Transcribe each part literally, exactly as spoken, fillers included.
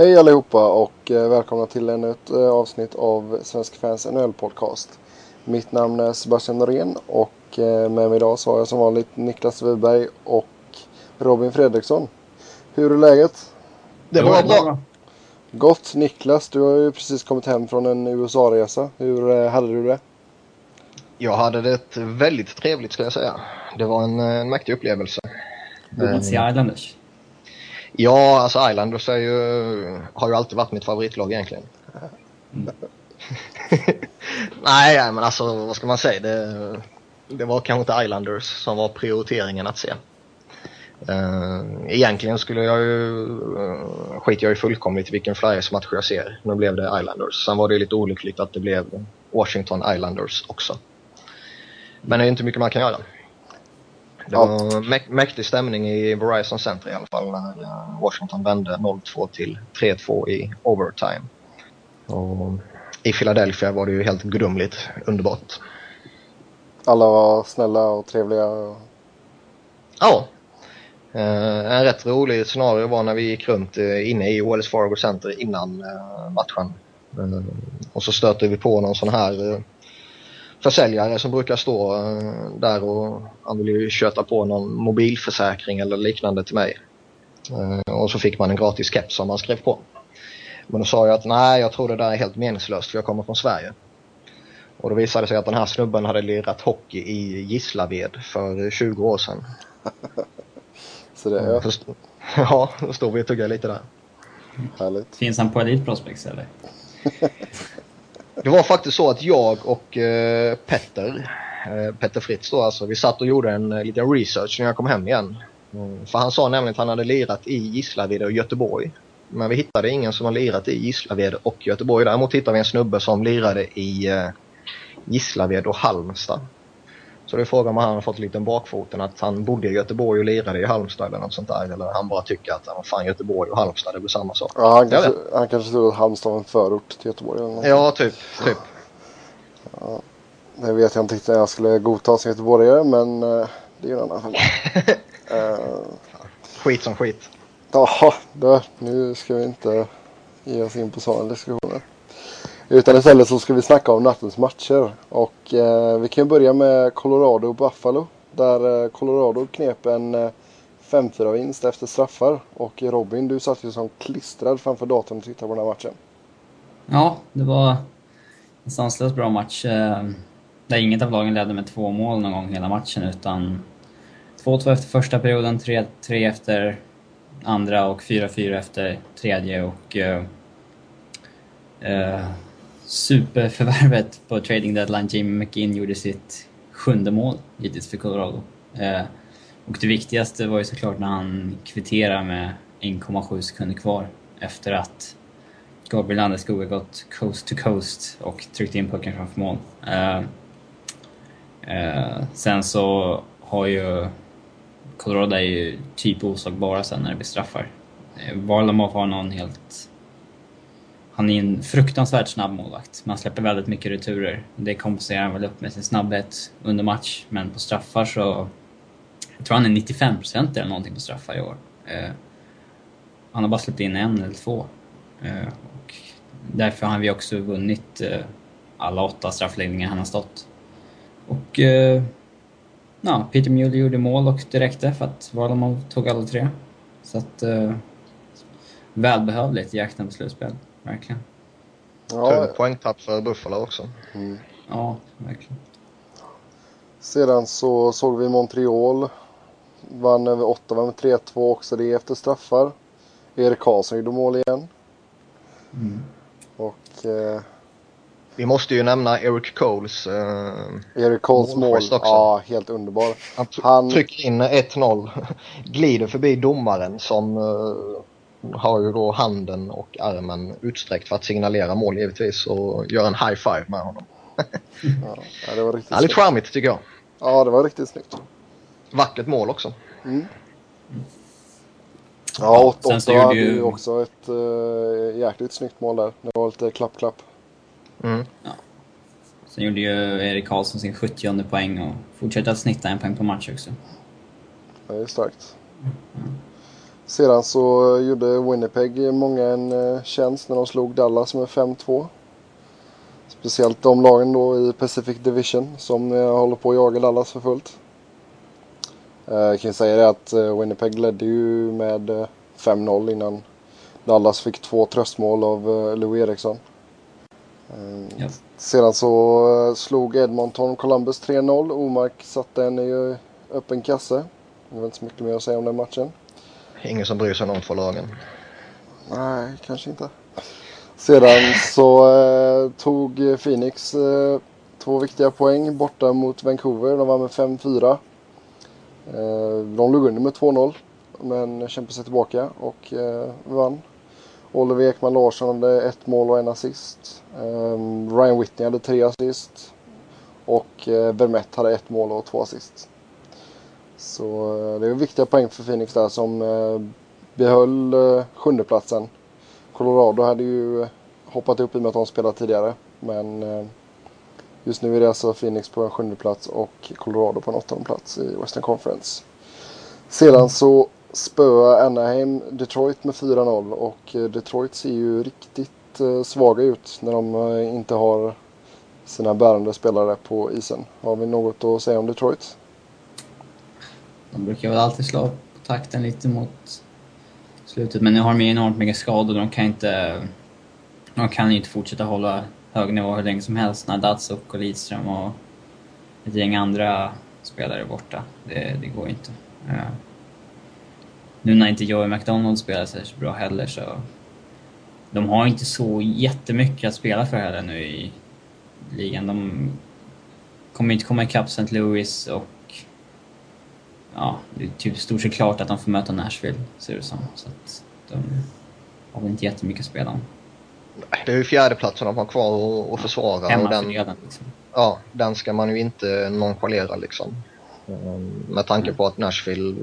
Hej allihopa och eh, välkomna till ännu ett eh, avsnitt av Svensk Fans N H L-podcast. Mitt namn är Sebastian Norén och eh, med mig idag så har jag som vanligt Niklas Wiberg och Robin Fredriksson. Hur är läget? Det var bra. Gott. Niklas, du har ju precis kommit hem från en U S A-resa. Hur eh, hade du det? Jag hade det väldigt trevligt, ska jag säga. Det var en, en mäktig upplevelse. Vill man se Islanders? Ja, alltså Islanders är ju, har ju alltid varit mitt favoritlag egentligen. Mm. Nej, men alltså, vad ska man säga? Det, det var kanske inte Islanders som var prioriteringen att se. Uh, egentligen skulle jag ju uh, skit jag ju fullkomligt i vilken Flyers match jag ser. Nu blev det Islanders. Sen var det lite olyckligt att det blev Washington Islanders också. Men det är inte mycket man kan göra. Det var mä- mäktig stämning i Verizon Center i alla fall när Washington vände noll två till tre två i overtime. Och i Philadelphia var det ju helt gudomligt, underbart. Alla var snälla och trevliga. Ja. Uh, en rätt rolig scenario var när vi gick runt uh, inne i Wells Fargo Center innan uh, matchen. Uh, och så stötte vi på någon sån här uh, försäljare som brukar stå uh, där och han ville ju köta på någon mobilförsäkring eller liknande till mig. Uh, och så fick man en gratis keps som man skrev på. Men då sa jag att nej, jag tror det där är helt meningslöst för jag kommer från Sverige. Och då visade det sig att den här snubben hade lirat hockey i Gislaved för tjugo år sedan. Så det är... Först- ja, då står vi och tuggar lite där. Härligt. Finns han på Elite Prospects eller? Det var faktiskt så att jag och eh, Petter, eh, Petter Fritz då alltså, vi satt och gjorde en eh, liten research när jag kom hem igen. Mm, för han sa nämligen att han hade lirat i Gislaved och Göteborg. Men vi hittade ingen som har lirat i Gislaved och Göteborg. Däremot hittade vi en snubbe som lirade i eh, Gislaved och Halmstad. Så det är frågan om han har fått en liten bakfoten att han bodde i Göteborg och lirade i Halmstad eller något sånt där. Eller han bara tycker att han fan Göteborg och Halmstad, det blir samma sak. Ja, han kanske, han kanske tror att Halmstad var en förort till Göteborg eller något. Ja, typ. typ. Ja, det vet jag inte riktigt när jag skulle godta som göteborgare, men uh, det är ju en annan femma. uh, Skit som skit. Ja, då, nu ska vi inte ge oss in på sådana diskussioner. Utan istället så ska vi snacka om nattens matcher. Och eh, vi kan börja med Colorado och Buffalo. Där eh, Colorado knep en eh, fem fyra vinst efter straffar. Och Robin, du satt ju som klistrad framför datorn och tittade på den här matchen. Ja, det var en sanslöst bra match. Eh, där inget av lagen ledde med två mål någon gång hela matchen. Utan två två efter första perioden, tre tre efter andra och fyra fyra efter tredje. Och... Eh, eh, superförvärvet på trading deadline, Jamie McGinn, gjorde sitt sjunde mål hittills för Colorado. Eh, och det viktigaste var ju såklart när han kvitterade med en komma sju sekunder kvar efter att Gabriel Landeskog har gått coast to coast och tryckt in pucken framför mål. Eh, eh, sen så har ju Colorado är ju typ oslagbara sen när det blir straffar. Eh, Varlamov har någon helt... Han är en fruktansvärt snabb målvakt. Man släpper väldigt mycket returer. Det kompenserar han väl upp med sin snabbhet under match. Men på straffar så... Jag tror han är nittiofem procent eller någonting på straffar i år. Eh, han har bara släppt in en eller två. Eh, och därför har vi också vunnit eh, alla åtta straffläggningar han har stått. Och... Eh, ja, Peter Mueller gjorde mål och det räckte för att Varlamov tog alla tre. Så att... Eh, välbehövligt i jakten på slutspel. Verkligen. Ja, poängtapp för Buffalo också. Mm. Ja, verkligen. Sedan så såg vi Montreal. Vann över Ottawa med tre två också det efter straffar. Erik Karlsson gjorde mål igen. Mm. Och... Eh, Vi måste ju nämna Eric Coles eh, Erik Coles mål. också. Ja, helt underbar. Han, t- Han trycker in ett noll. Glider förbi domaren som eh, har ju då handen och armen utsträckt för att signalera mål givetvis och gör en high five med honom. ja, det var riktigt ja, lite charmigt tycker jag. Ja, det var riktigt snyggt. Vackert mål också. Mm. Ja, åtta Sen så åtta hade gjorde ju- ju också ett uh, jäkligt snyggt mål där. Det var lite klapp-klapp. Mm. Sen gjorde ju Erik Karlsson sin sjuttionde poäng och fortsätter att snitta en poäng på match också. Det är starkt. Sedan så gjorde Winnipeg många en uh, tjänst när de slog Dallas med fem två. Speciellt de lagen då i Pacific Division som uh, håller på att jaga Dallas för fullt. Uh, jag kan säga det att uh, Winnipeg ledde ju med uh, fem noll innan Dallas fick två tröstmål av uh, Louis Eriksson. Uh, ja. Sedan så uh, slog Edmonton Columbus tre noll. Omark satte en i uh, öppen kasse. Det var inte så mycket mer att säga om den matchen. Ingen som bryr sig om de två lagen. Nej, kanske inte. Sedan så eh, tog Phoenix eh, två viktiga poäng borta mot Vancouver. De var med fem fyra. Eh, de låg under med två noll. Men kämpade sig tillbaka och eh, vann. Oliver Ekman Larsson hade ett mål och en assist. Eh, Ryan Whitney hade tre assist. Och eh, Vermette hade ett mål och två assist. Så eh, det är viktiga poäng för Phoenix där som eh, behöll eh, sjundeplatsen. Colorado hade ju hoppat upp i och med att de spelat tidigare. Men eh, just nu är det alltså Phoenix på en sjunde plats och Colorado på en åttonde plats i Western Conference. Sedan så spöade Anaheim Detroit med fyra noll. Och eh, Detroit ser ju riktigt eh, svaga ut när de eh, inte har sina bärande spelare på isen. Har vi något att säga om Detroit? De brukar väl alltid slå på takten lite mot slutet. Men nu har de enormt mycket skador. De kan inte, de kan ju inte fortsätta hålla hög nivå hur länge som helst när Datsuk och Lidström och ett gäng andra spelare är borta. Det, det går inte. Ja. Nu när inte Joey McDonald spelar så bra heller så de har inte så jättemycket att spela för heller nu i ligan. De kommer inte komma ikapp Saint Louis och ja, det är typ stort sett klart att de får möta Nashville, ser det som. Så att de har inte jättemycket att spela om. Det är ju fjärdeplatsen de har kvar att försvara. Hemma och den, för redan, liksom. Ja, den ska man ju inte nonchalera liksom. Med tanke Mm. på att Nashville,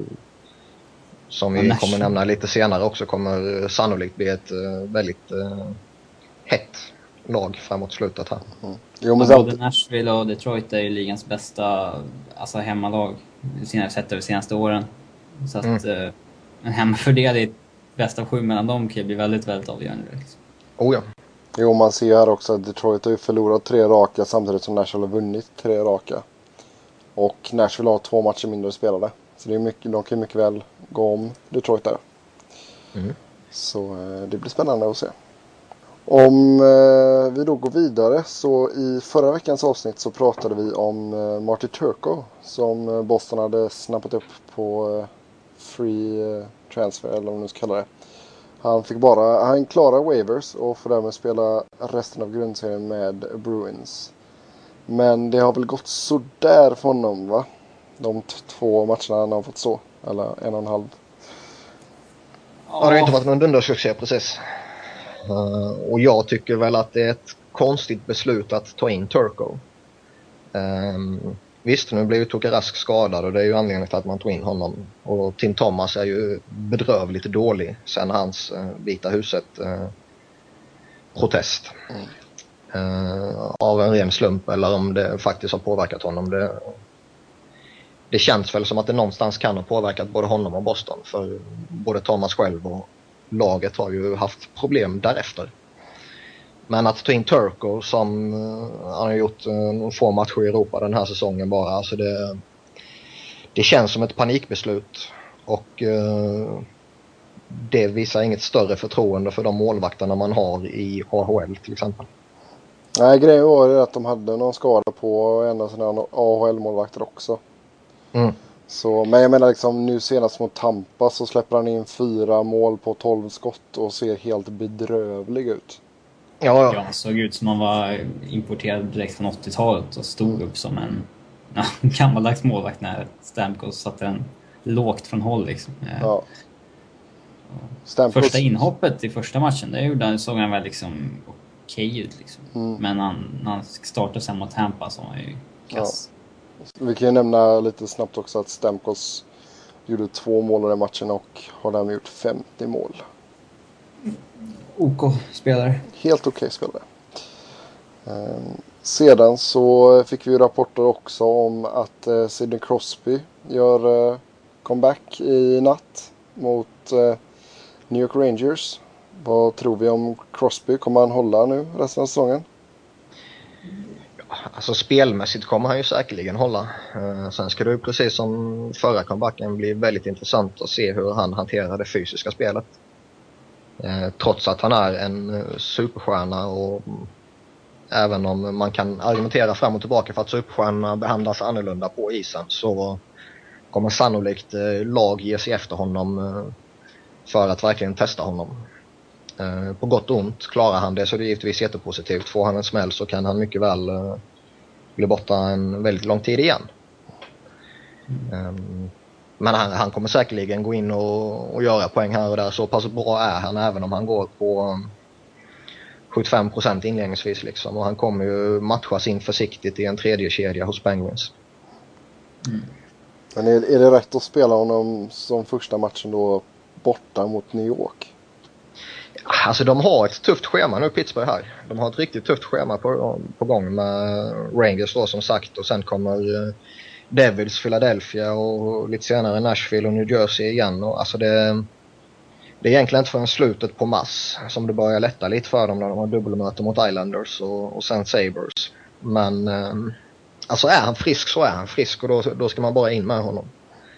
som vi ja, Nashville. kommer nämna lite senare också, kommer sannolikt bli ett väldigt uh, hett lag framåt slutet här. Mm. Jo, men ja, samt... både Nashville och Detroit är ju ligans bästa alltså hemmalag sett över senaste åren. Så att mm. uh, en hemmafördel i bästa av sju mellan dem kan bli väldigt, väldigt avgörande. Liksom. Oh ja. Jo, man ser här också att Detroit har ju förlorat tre raka samtidigt som Nashville har vunnit tre raka. Och Nashville har två matcher mindre spelade. Så det är mycket, de kan mycket väl gå om Detroit där. Mm. Så eh, det blir spännande att se. Om eh, vi då går vidare så i förra veckans avsnitt så pratade vi om eh, Marty Turco som eh, Boston hade snappat upp på eh, free eh, transfer eller vad man nu ska kalla det. Han fick bara, han klarade waivers och får därmed spela resten av grundserien med Bruins. Men det har väl gått så där för honom, va? De t- två matcherna han har fått så. Eller en och en halv. Ja, det har ju inte varit någon dundersuccé precis. Uh, och jag tycker väl att det är ett konstigt beslut att ta in Turco. Um, visst, nu blev ju Tuukka Rask skadad och det är ju anledningen till att man tog in honom. Och Tim Thomas är ju bedrövligt dålig sen hans uh, Vita huset uh, protest. Mm. Uh, av en ren slump eller om det faktiskt har påverkat honom. Det, det känns väl som att det någonstans kan ha påverkat både honom och Boston. För både Thomas själv och laget har ju haft problem därefter. Men att ta in Turco som uh, han har gjort uh, få matcher i Europa den här säsongen bara. Alltså det, det känns som ett panikbeslut. Och uh, det visar inget större förtroende för de målvakterna man har i A H L till exempel. Nej, grejen var ju att de hade någon skada på en av sina A H L-målvakter också. Mm. Så, men jag menar liksom nu senast mot Tampa så släpper han in fyra mål på tolv skott och ser helt bedrövlig ut. Ja, ja. Ja, han såg ut som han var importerad direkt från åttiotalet och stod upp som en ja, gammaldags målvakt när Stamkos satte den lågt från håll liksom. Ja. Stamkos... Första inhoppet i första matchen, det gjorde han, såg han väl liksom okej ut liksom. Mm. Men han, när han startade sen mot Tampa så var han ju kass. Ja. Vi kan ju nämna lite snabbt också att Stamkos gjorde två mål i den matchen och har därmed gjort femtio mål. OK spelare. Helt okej okay spelare. Um, sedan så fick vi rapporter också om att uh, Sidney Crosby gör uh, comeback i natt mot eh, New York Rangers. Vad tror vi om Crosby? Kommer han hålla nu resten av säsongen? Alltså spelmässigt kommer han ju säkerligen hålla. Uh, sen ska det ju precis som förra comebacken bli väldigt intressant att se hur han hanterar det fysiska spelet. Uh, trots att han är en superstjärna, och även om man kan argumentera fram och tillbaka för att superstjärnorna behandlas annorlunda på isen, så kommer sannolikt uh, lag ge sig efter honom uh, för att verkligen testa honom. Uh, på gott och ont, klarar han det så är det givetvis jättepositivt. Får han en smäll så kan han mycket väl uh, bli borta en väldigt lång tid igen. Mm. Um, men han, han kommer säkerligen gå in och, och göra poäng här och där. Så pass bra är han, även om han går på um, sjuttiofem procent inledningsvis liksom. Och han kommer ju matchas in försiktigt i en tredje kedja hos Penguins. Mm. Men är, är det rätt att spela honom som första matchen då borta mot New York? Alltså de har ett tufft schema nu, Pittsburgh här. De har ett riktigt tufft schema på, på gång med Rangers då som sagt. Och sen kommer Devils, Philadelphia och lite senare Nashville och New Jersey igen. Och alltså det, det är egentligen inte förrän slutet på mars som det börjar lätta lite för dem när de har dubbelmöte mot Islanders och, och sen Sabres. Men alltså är han frisk så är han frisk, och då, då ska man bara in med honom.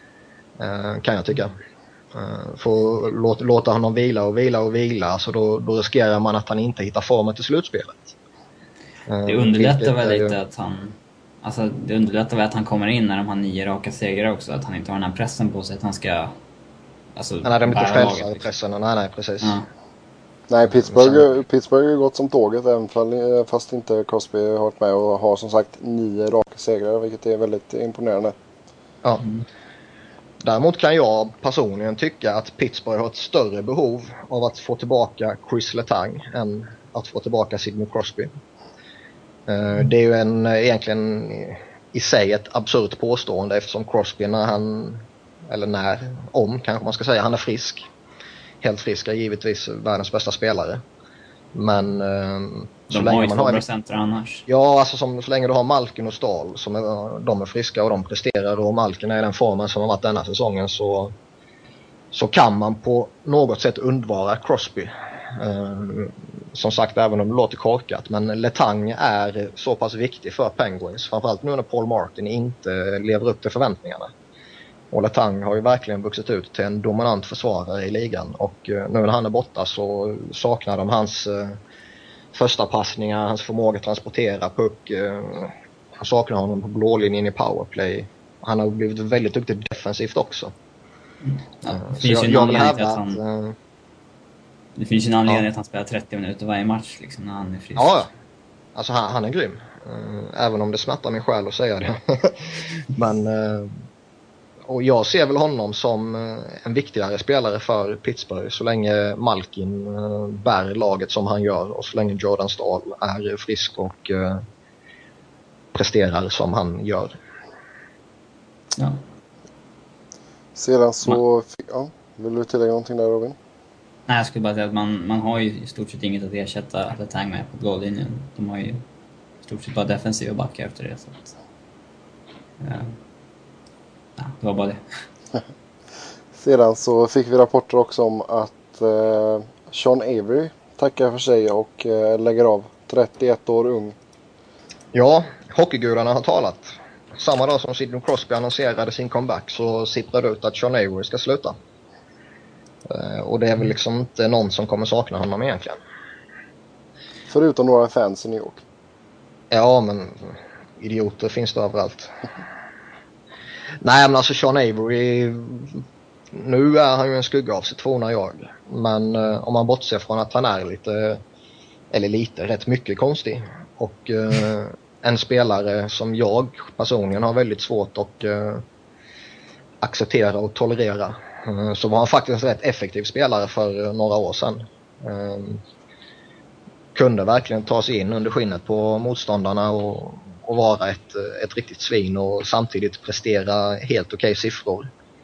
Kan jag tycka. Uh, för låt, låta honom vila och vila och vila, så då, då riskerar man att han inte hittar formen till slutspelet. Uh, det underlättar väl lite ju... att han alltså det underlättar väl att han kommer in när de har nio raka segrar också, att han inte har den här pressen på sig att han ska alltså han hade inte själv pressen. Nej, nej, precis. Ja. Nej, Pittsburgh, Pittsburgh har gått som tåget även fast inte Crosby har varit med, och har som sagt nio raka segrar, vilket är väldigt imponerande. Ja. Mm. Däremot kan jag personligen tycka att Pittsburgh har ett större behov av att få tillbaka Chris Letang än att få tillbaka Sidney Crosby. Det är ju en, egentligen i sig ett absurt påstående, eftersom Crosby när han, eller när, om kanske man ska säga, han är frisk. Helt frisk, är givetvis världens bästa spelare. Men så de länge har ju man har procent annars. Ja, alltså som, så länge du har Malkin och Stahl som är, de är friska och de presterar, och Malkin är i den formen som har varit denna säsongen, så, så kan man på något sätt undvara Crosby. Eh, som sagt, även om det låter korkat, men Letang är så pass viktig för Penguins, framförallt nu när Paul Martin inte lever upp till förväntningarna. Och Letang har ju verkligen vuxit ut till en dominant försvarare i ligan, och eh, nu när han är borta så saknar de hans eh, första passningar, hans förmåga att transportera puck. Eh, han saknar honom på blålinjen i powerplay. Han har blivit väldigt duktig defensivt också. Mm. Ja, det finns ju en anledning till att han att, eh, det finns ju en anledning ja. att han spelar trettio minuter varje match liksom, när han är frisk. Ja, alltså han, han är grym. Eh, även om det smärtar min själ att säga det. Men eh, och jag ser väl honom som en viktigare spelare för Pittsburgh så länge Malkin bär laget som han gör, och så länge Jordan Stahl är frisk och uh, presterar som han gör. Ja. Sedan så... Ja, vill du tillägga någonting där, Robin? Nej, jag skulle bara säga att man, man har ju i stort sett inget att ersätta Letang med på blålinjen. De har ju i stort sett bara defensiva backar efter det. Så att, ja. Ja, det var bara det. Sedan så fick vi rapporter också om att eh, Sean Avery tackar för sig och eh, lägger av. trettioett år ung. Ja, hockeygudarna har talat. Samma dag som Sidney Crosby annonserade sin comeback så sipprar det ut att Sean Avery ska sluta. Eh, och det är väl liksom inte någon som kommer sakna honom egentligen. Förutom några fans i New York. Ja, men idioter finns det överallt. Nej, men alltså Sean Avery, nu är han ju en skugga av sig tvåna jag. Men eh, om man bortser från att han är lite, eller lite, rätt mycket konstig. Och eh, en spelare som jag personligen har väldigt svårt att eh, acceptera och tolerera. Eh, så var han faktiskt en rätt effektiv spelare för några år sedan. Eh, kunde verkligen ta sig in under skinnet på motståndarna och och vara ett, ett riktigt svin och samtidigt prestera helt okej siffror.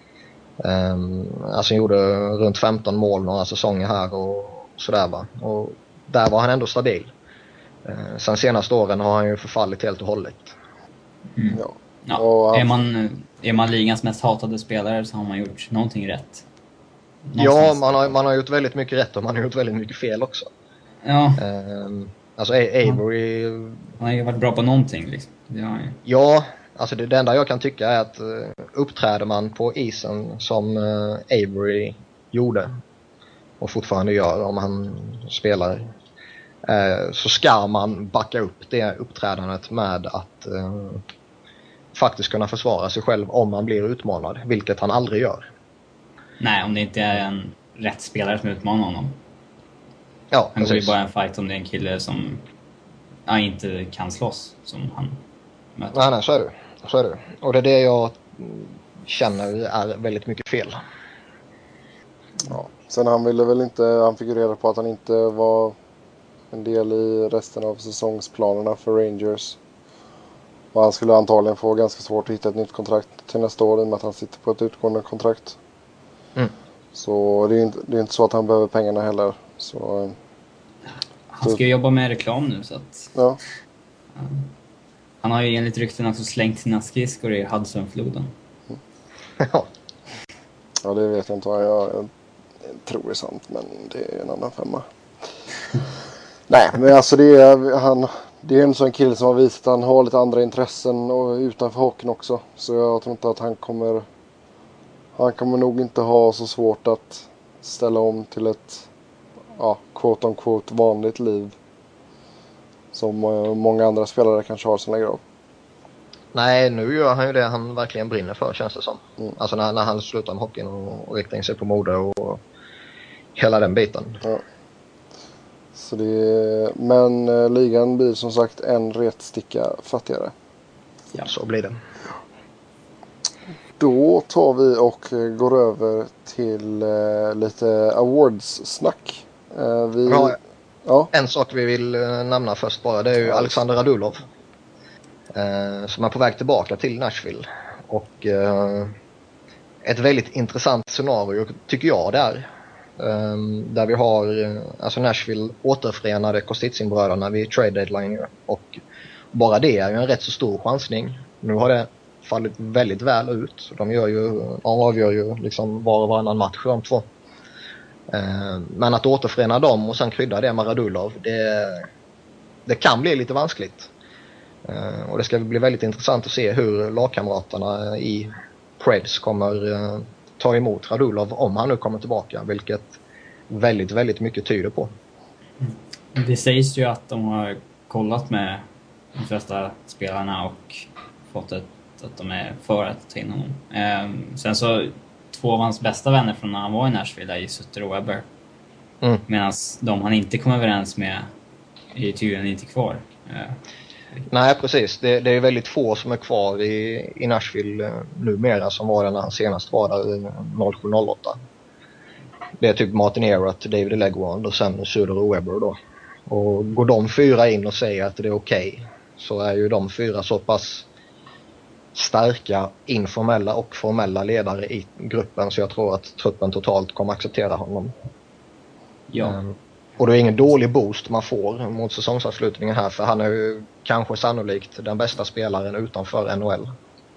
Um, alltså han gjorde runt femton mål några säsonger här och sådär va. Och där var han ändå stabil. Uh, sen senaste åren har han ju förfallit helt och hållet. Mm. Ja. Ja. Och, är, man, är man ligans mest hatade spelare så har man gjort någonting rätt. Ja, man har, man har gjort väldigt mycket rätt och man har gjort väldigt mycket fel också. Ja. Um, alltså Avery... Han har ju varit bra på någonting liksom. Ja, ja alltså det, det enda jag kan tycka är att uh, uppträder man på isen som uh, Avery gjorde och fortfarande gör om han spelar, uh, så ska man backa upp det uppträdandet med att uh, faktiskt kunna försvara sig själv om man blir utmanad, vilket han aldrig gör. Nej, om det inte är en rätt spelare som utmanar honom. Ja, han går ju bara en fight om det är en kille som ja, inte kan slåss som han möter. Nej, nej, så är det. Så är det. Och det är det jag känner är väldigt mycket fel. Ja. Sen han ville väl inte, han fick ju reda på att han inte var en del i resten av säsongsplanerna för Rangers. Och han skulle antagligen få ganska svårt att hitta ett nytt kontrakt till nästa år i och med att han sitter på ett utgående kontrakt. Mm. Så det är, inte, det är inte så att han behöver pengarna heller. Så, han ska ju jobba med reklam nu så att... Ja. Han har ju enligt rykten också slängt sina skridskor i Hudsonfloden. Mm. Ja, det vet jag inte vad jag, jag tror är sant, men det är en annan femma. Nej, men alltså det är han... Det är en sån kille som har visat att han har lite andra intressen och utanför hockeyn också. Så jag tror inte att han kommer... Han kommer nog inte ha så svårt att ställa om till ett, ja, quote on quote vanligt liv. Som många andra spelare kanske har som lägger av. Nej, nu gör han ju det han verkligen brinner för, känns det som. Mm. Alltså när, när han slutar med hockeyn och, och riktar in sig på mode och hela den biten. Ja. Så det, men eh, ligan blir som sagt en retsticka fattigare. Ja, så blir det. Då tar vi och går över till eh, lite awards-snack. Eh, vi, ja, ja. En sak vi vill eh, nämna först bara, det är ju Alexander Radulov. Eh, som är på väg tillbaka till Nashville. Och eh, ett väldigt intressant scenario tycker jag det är. Eh, där vi har, eh, alltså Nashville återförenade Kostitsin-bröderna vid trade deadline. Och bara det är ju en rätt så stor chansning. Nu har det fallit väldigt väl ut. De, gör ju, de avgör ju liksom var och varannan match de två. Eh, men att återförena dem och sen krydda det med Radulov, det, det kan bli lite vanskligt. Uh, och det ska bli väldigt intressant att se hur lagkamraterna i Preds kommer uh, ta emot Radulov om han nu kommer tillbaka, vilket väldigt, väldigt mycket tyder på. Det sägs ju att de har kollat med de flesta spelarna och fått ett, att de är för att ta in honom. Um, sen så, två av hans bästa vänner från när han var i Nashville är ju Sutter och Weber. Mm. Medan de han inte kom överens med är tydligen inte kvar. Uh, Nej, precis. Det, det är väldigt få som är kvar i, i Nashville numera som var där när han senast var där noll sju noll åtta. Det är typ Martin Erat, David Legwand och sen Sutter och Weber då. Och går de fyra in och säger att det är okej, okay, så är ju de fyra så pass starka informella och formella ledare i gruppen så jag tror att truppen totalt kommer acceptera honom. Ja. Um, och det är ingen dålig boost man får mot säsongsavslutningen här, för han är ju kanske sannolikt den bästa spelaren utanför N H L.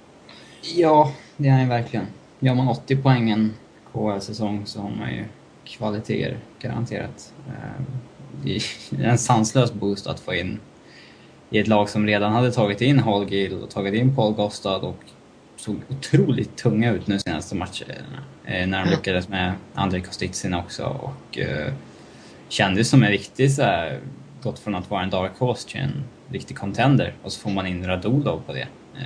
Ja, det är han verkligen. Gör man åttio poängen K H-säsong så har man ju kvaliteter garanterat. Det är en sanslös boost att få in i ett lag som redan hade tagit in Hallgill och tagit in Paul Gostad och såg otroligt tunga ut nu senaste matcherna. När de lyckades med Andrei Kostitsin också och kändes som en riktig så här, gått från att vara en dark horse till en riktig contender, och så får man in Radulov på det.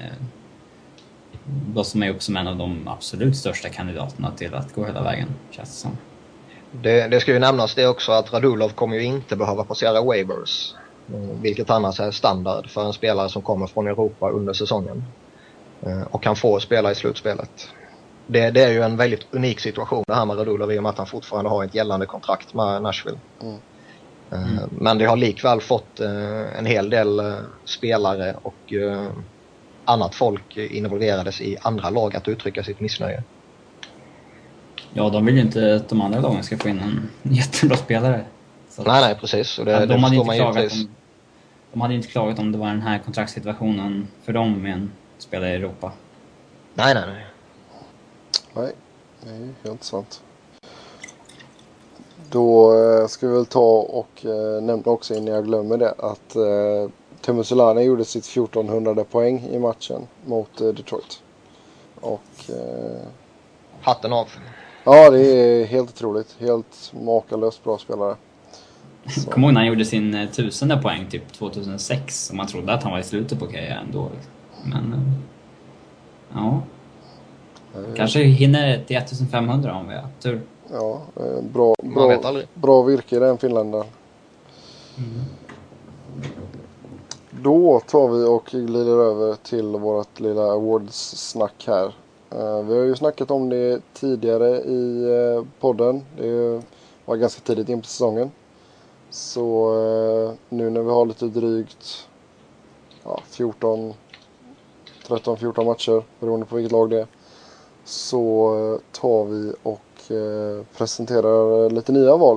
Då som är upp som en av de absolut största kandidaterna till att gå hela vägen, känns det som. Det, det ska ju nämnas det också att Radulov kommer ju inte behöva passera waivers, vilket annars är standard för en spelare som kommer från Europa under säsongen och kan få spela i slutspelet. Det, det är ju en väldigt unik situation det här med Radulov, i och med att han fortfarande har ett gällande kontrakt med Nashville. Mm. Mm. Men det har likväl fått en hel del spelare och annat folk involverades i andra lag att uttrycka sitt missnöje. Ja, de vill ju inte att de andra lagen ska få in en jättebra spelare. Så nej, nej, precis. Och det, de, det hade inte man klagat om, de hade inte klagat om det var den här kontraktssituationen för dem med en spelare i Europa. Nej, nej, nej. Nej, det är helt sant. Då eh, ska vi väl ta och eh, nämna också innan jag glömmer det att eh, Teemu Selanne gjorde sitt fjortonhundrade poäng i matchen mot eh, Detroit. Och eh, Hatten av. ja, det är helt otroligt. Helt makalöst bra spelare. Kommer ihåg när han gjorde sin eh, tusende poäng typ tjugohundrasex och man trodde att han var i slutet på karriären då. Men eh, ja. Mm. Kanske hinner till femtonhundra om vi har tur. Ja, eh, bra, Man vet bra, aldrig. bra virke i den finländaren. Mm. Då tar vi och glider över till vårt lilla awards-snack här. Uh, vi har ju snackat om det tidigare i uh, podden. Det var ganska tidigt in på säsongen. Så uh, nu när vi har lite drygt ja, fjorton, tretton fjorton matcher, beroende på vilket lag det är, så uh, tar vi och uh, presenterar lite nya val.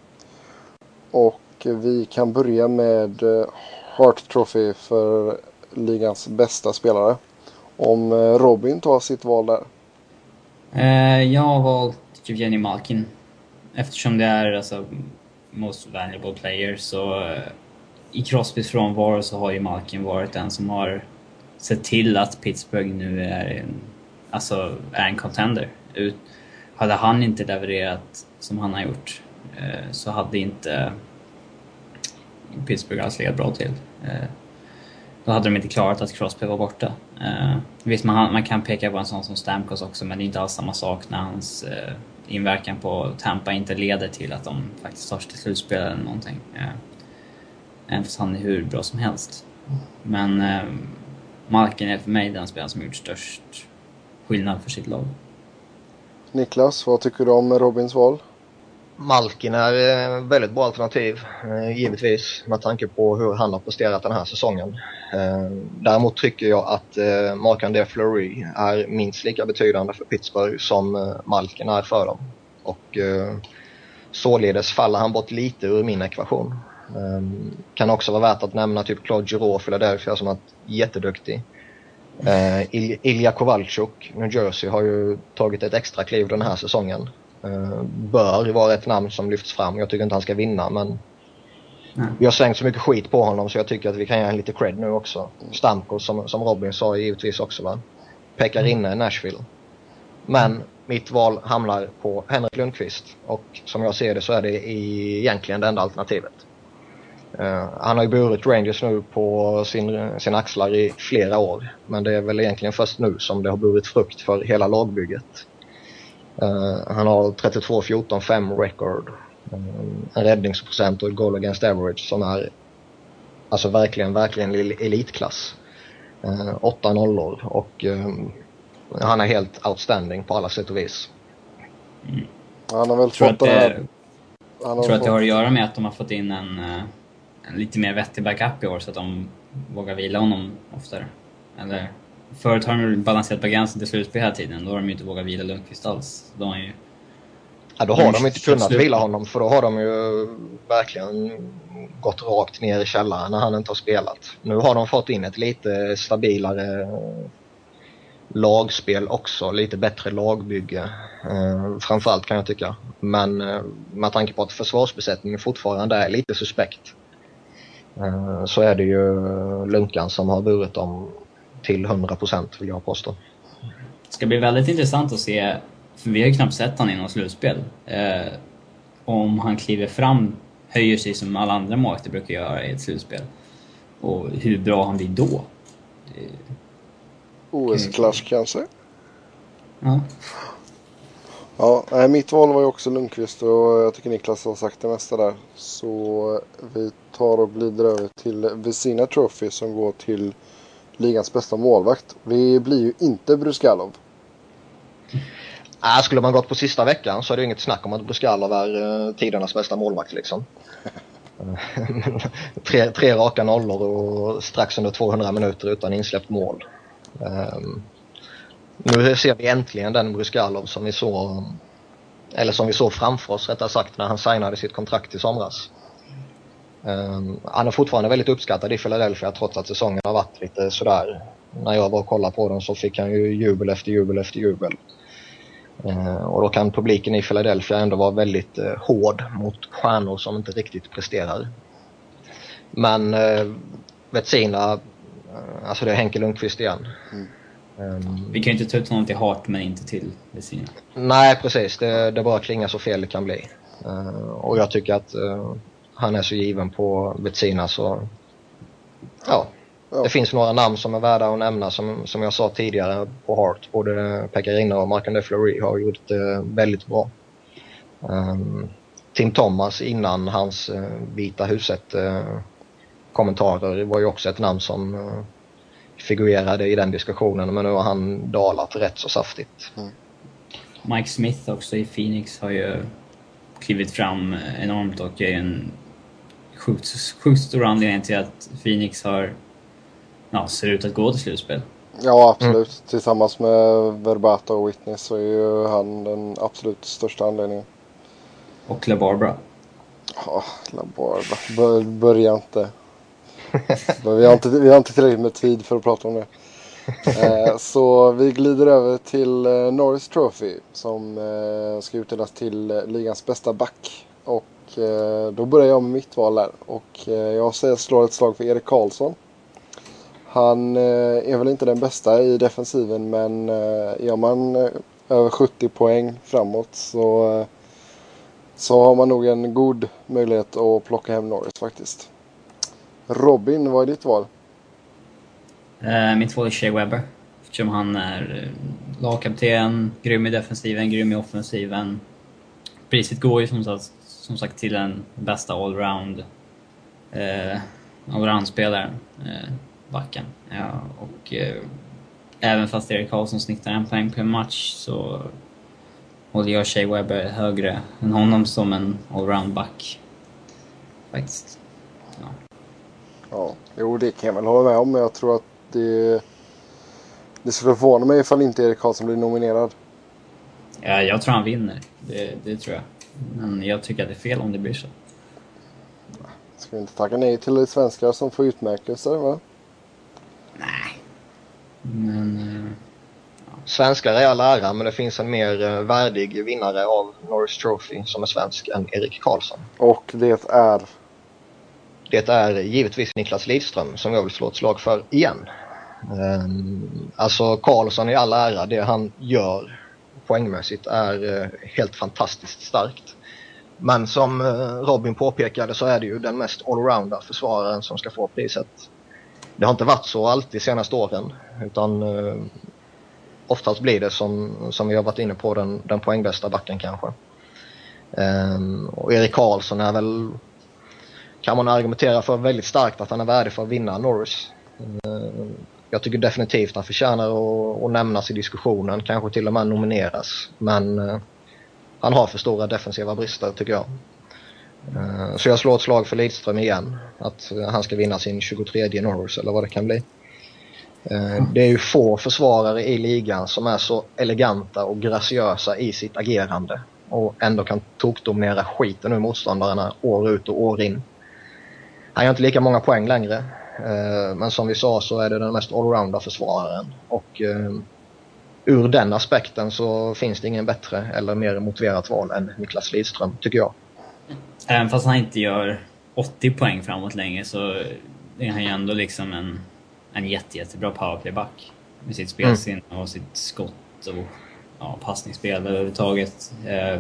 Och vi kan börja med uh, Hart Trophy för ligans bästa spelare. Om Robin tar sitt val där. Eh, jag har valt Evgeny Malkin. Eftersom det är alltså most valuable player så eh, i Crosbys frånvaro så har ju Malkin varit den som har sett till att Pittsburgh nu är en, alltså är en contender. Ut, hade han inte levererat som han har gjort eh, så hade inte Pittsburgh alls legat bra till. Eh, Då hade de inte klarat att Crosby var borta. Uh, visst, man, man kan peka på en sån som Stamkos också, men det är inte alls samma sak när hans uh, inverkan på Tampa inte leder till att de faktiskt tar sig till slutspel eller någonting. Uh, även fast han är hur bra som helst. Men uh, Malkin är för mig den spelaren som gjort störst skillnad för sitt lag. Niklas, vad tycker du om Robins val? Malkin är ett väldigt bra alternativ, givetvis, med tanke på hur han har presterat den här säsongen. Däremot tycker jag att Marc-André Fleury är minst lika betydande för Pittsburgh som Malkin är för dem. Och således faller han bort lite ur min ekvation. Kan också vara värt att nämna typ Claude Giroux, Philadelphia, som är jätteduktig. Ilja Kovalchuk, New Jersey, har ju tagit ett extra kliv den här säsongen. Uh, bör vara ett namn som lyfts fram. Jag tycker inte han ska vinna, men mm. vi har slängt så mycket skit på honom så jag tycker att vi kan ge en lite cred nu också. Stamkos, som, som Robin sa, givetvis också, va? Pekar inne i Nashville. Men mitt val hamnar på Henrik Lundqvist, och som jag ser det så är det egentligen det enda alternativet. Uh, han har ju burit Rangers nu på sin, sin axlar i flera år, men det är väl egentligen först nu som det har burit frukt för hela lagbygget. Uh, han har trettiotvå fjorton fem record, uh, en räddningsprocent och ett goal against average som är alltså verkligen, verkligen elitklass. Uh, åtta nollor och uh, han är helt outstanding på alla sätt och vis. Mm. Han har väl tror fått att det, här... han har tror fått... att det har att göra med att de har fått in en, en lite mer vettig backup i år så att de vågar vila honom oftare. Eller... Förut har de balanserat på gränsen till slutspel hela tiden. Då har de ju inte vågat vila Lundqvist alls. De har ju... Ja, då har de inte kunnat vila honom. För då har de ju verkligen gått rakt ner i källaren när han inte har spelat. Nu har de fått in ett lite stabilare lagspel också. Lite bättre lagbygge. Eh, framförallt kan jag tycka. Men eh, med tanke på att försvarsbesättningen fortfarande är lite suspekt. Eh, så är det ju Lunkan som har burit dem till hundra procent, vill jag påstå. Det ska bli väldigt intressant att se, för vi har ju knappt sett han i något slutspel. Eh, om han kliver fram, höjer sig som alla andra målvakter brukar göra i ett slutspel. Och hur bra han blir då. Det... O S-klass kanske? Ja. Ja, mitt val var ju också Lundqvist och jag tycker Niklas har sagt det mesta där. Så vi tar och glider över till Vezina Trophy som går till ligans bästa målvakt. Vi blir ju inte Bruskalov. Äh, skulle man gått på sista veckan så är det inget snack om att Bruskalov är uh, tidernas bästa målvakt liksom. tre, tre raka nollor och strax under tvåhundra minuter utan insläppt mål. Um, nu ser vi äntligen den Bruskalov som vi såg, eller som vi såg framför oss rättare sagt, när han signade sitt kontrakt i somras. Um, han är fortfarande väldigt uppskattad i Philadelphia trots att säsongen har varit lite sådär. När jag var och kollade på den så fick han ju jubel efter jubel efter jubel. Eh, och då kan publiken i Philadelphia ändå vara väldigt eh, hård mot stjärnor som inte riktigt presterar. Men eh, Vecina, eh, alltså det är Henke Lundqvist igen. Mm. Um, Vi kan ju inte ta ut honom till Hart men inte till Vecina. Nej, precis. Det, det bara klingar så fel det kan bli. Uh, och jag tycker att uh, han är så given på Vecina så... Ja, ja, det finns några namn som är värda att nämna som, som jag sa tidigare på Hart. Både Pekarina och Marc-André Fleury har gjort det väldigt bra. Um, Tim Thomas innan hans uh, Vita huset uh, kommentarer var ju också ett namn som uh, figurerade i den diskussionen, men nu har han dalat rätt så saftigt. Mm. Mike Smith också i Phoenix har ju klivit fram enormt och är en sjukt, sjukt stor anledning till att Phoenix har, ja, ser ut att gå till slutspel. Ja, absolut. Mm. Tillsammans med Verbata och Whitney så är ju han den absolut största anledningen. Och LaBarbara. Ja, LaBarbara. Bör, börja inte. vi, har inte. Vi har inte tillräckligt med tid för att prata om det. Eh, så vi glider över till eh, Norris Trophy som eh, ska utdelas till eh, ligans bästa back. Och eh, då börjar jag med mitt val där. Och eh, jag säger slår ett slag för Erik Karlsson. Han eh, är väl inte den bästa i defensiven, men eh, gör man eh, över sjuttio poäng framåt så, eh, så har man nog en god möjlighet att plocka hem Norris faktiskt. Robin, vad är ditt val? Uh, mitt val är Shea Weber. Eftersom han är lagkapten, grym i defensiven, grym i offensiven. Priset går ju som sagt, som sagt till den bästa allround uh, allround-spelaren, uh, backen. Ja, och uh, även fast Erik Karlsson snittar en poäng per match så håller jag Shea Weber högre än honom som en allround-back. Faktiskt. Ja. Ja, jo det kan jag väl hålla med om, men jag tror att det, det skulle förvåna mig ifall inte Erik Karlsson blir nominerad. Ja, jag tror han vinner, det, det tror jag. Men jag tycker att det är fel om det blir så. Ska vi inte tacka nej till de svenskar som får utmärkelser, va? Nej. Men... Ja. Svenskar är all ära, men det finns en mer värdig vinnare av Norris Trophy som är svensk än Erik Karlsson. Och det är... Det är givetvis Niklas Lidström som jag vill slå ett slag för igen. Um, alltså Karlsson i all ära, det han gör poängmässigt är uh, helt fantastiskt starkt. Men som uh, Robin påpekade så är det ju den mest allrounda försvararen som ska få priset. Det har inte varit så alltid senaste åren, utan uh, oftast blir det som, som vi har varit inne på den, den poängbästa backen kanske. Um, och Erik Karlsson är väl, kan man argumentera för väldigt starkt att han är värdig för att vinna Norris. Uh, jag tycker definitivt att han förtjänar att, att nämnas i diskussionen, kanske till och med nomineras. Men uh, han har för stora defensiva brister tycker jag. Uh, så jag slår ett slag för Lidström igen. Att uh, han ska vinna sin tjugotredje Norris eller vad det kan bli. Uh, det är ju få försvarare i ligan som är så eleganta och graciösa i sitt agerande. Och ändå kan tokdominera skiten ur motståndarna år ut och år in. Han gör inte lika många poäng längre. Uh, men som vi sa så är det den mest allrounda försvararen. Och uh, ur den aspekten så finns det ingen bättre eller mer motiverat val än Niklas Lidström, tycker jag. Även fast han inte gör åttio poäng framåt länge så är han ju ändå liksom en, en jätte, jättebra powerplayback. Med sitt spelsinne mm. och sitt skott och ja, passningsspel överhuvudtaget. Eh,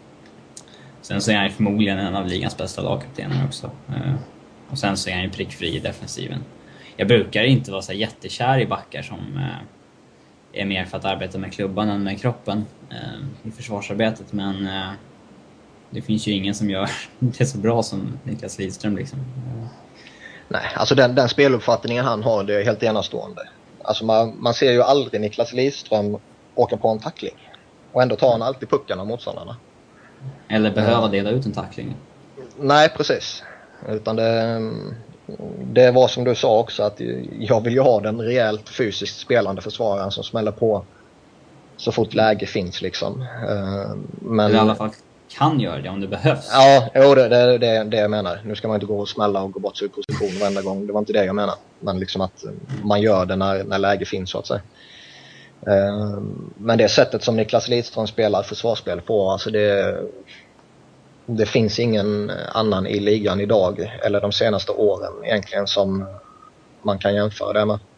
sen så är han ju förmodligen en av ligans bästa lagkaptener också. Eh, och sen så är han ju prickfri i defensiven. Jag brukar inte vara så jättekär i backar som eh, är mer för att arbeta med klubban än med kroppen eh, i försvarsarbetet. Men eh, det finns ju ingen som gör det så bra som Niklas Lidström liksom. Eh. Nej, alltså den, den speluppfattningen han har, det är helt enastående. Alltså man, man ser ju aldrig Niklas Lidström åka på en tackling. Och ändå tar han alltid pucken av motståndarna. Eller behöva dela ut en tackling. Nej, precis. Utan det, det var som du sa också, att jag vill ju ha den rejält fysiskt spelande försvararen som smäller på så fort läge finns liksom. Men eller i alla fall kan göra det om det behövs. Ja, jo, det är det, det jag menar. Nu ska man inte gå och smälla och gå bort sig ur position varenda gång. Det var inte det jag menar. Men liksom att man gör det när, när läge finns så att säga. Eh, men det sättet som Niklas Lidström spelar försvarsspel på, alltså det, det finns ingen annan i ligan idag eller de senaste åren egentligen som man kan jämföra det med.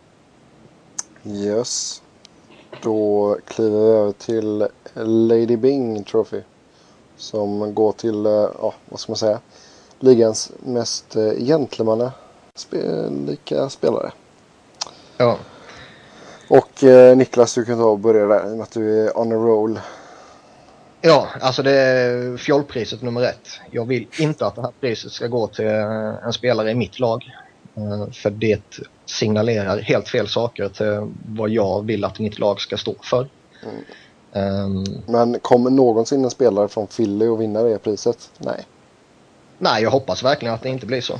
Yes. Då kliver vi över till Lady Byng Trophy. Som går till, ja, vad ska man säga, ligans mest gentlemana spe- lika spelare. Ja. Och eh, Niklas, du kan ta och börja där i och med att du är on a roll. Ja, alltså det är fjollpriset nummer ett. Jag vill inte att det här priset ska gå till en spelare i mitt lag. För det signalerar helt fel saker till vad jag vill att mitt lag ska stå för. Mm. Um, Men kommer någonsin en spelare från Philly och vinna det priset? Nej. Nej, jag hoppas verkligen att det inte blir så.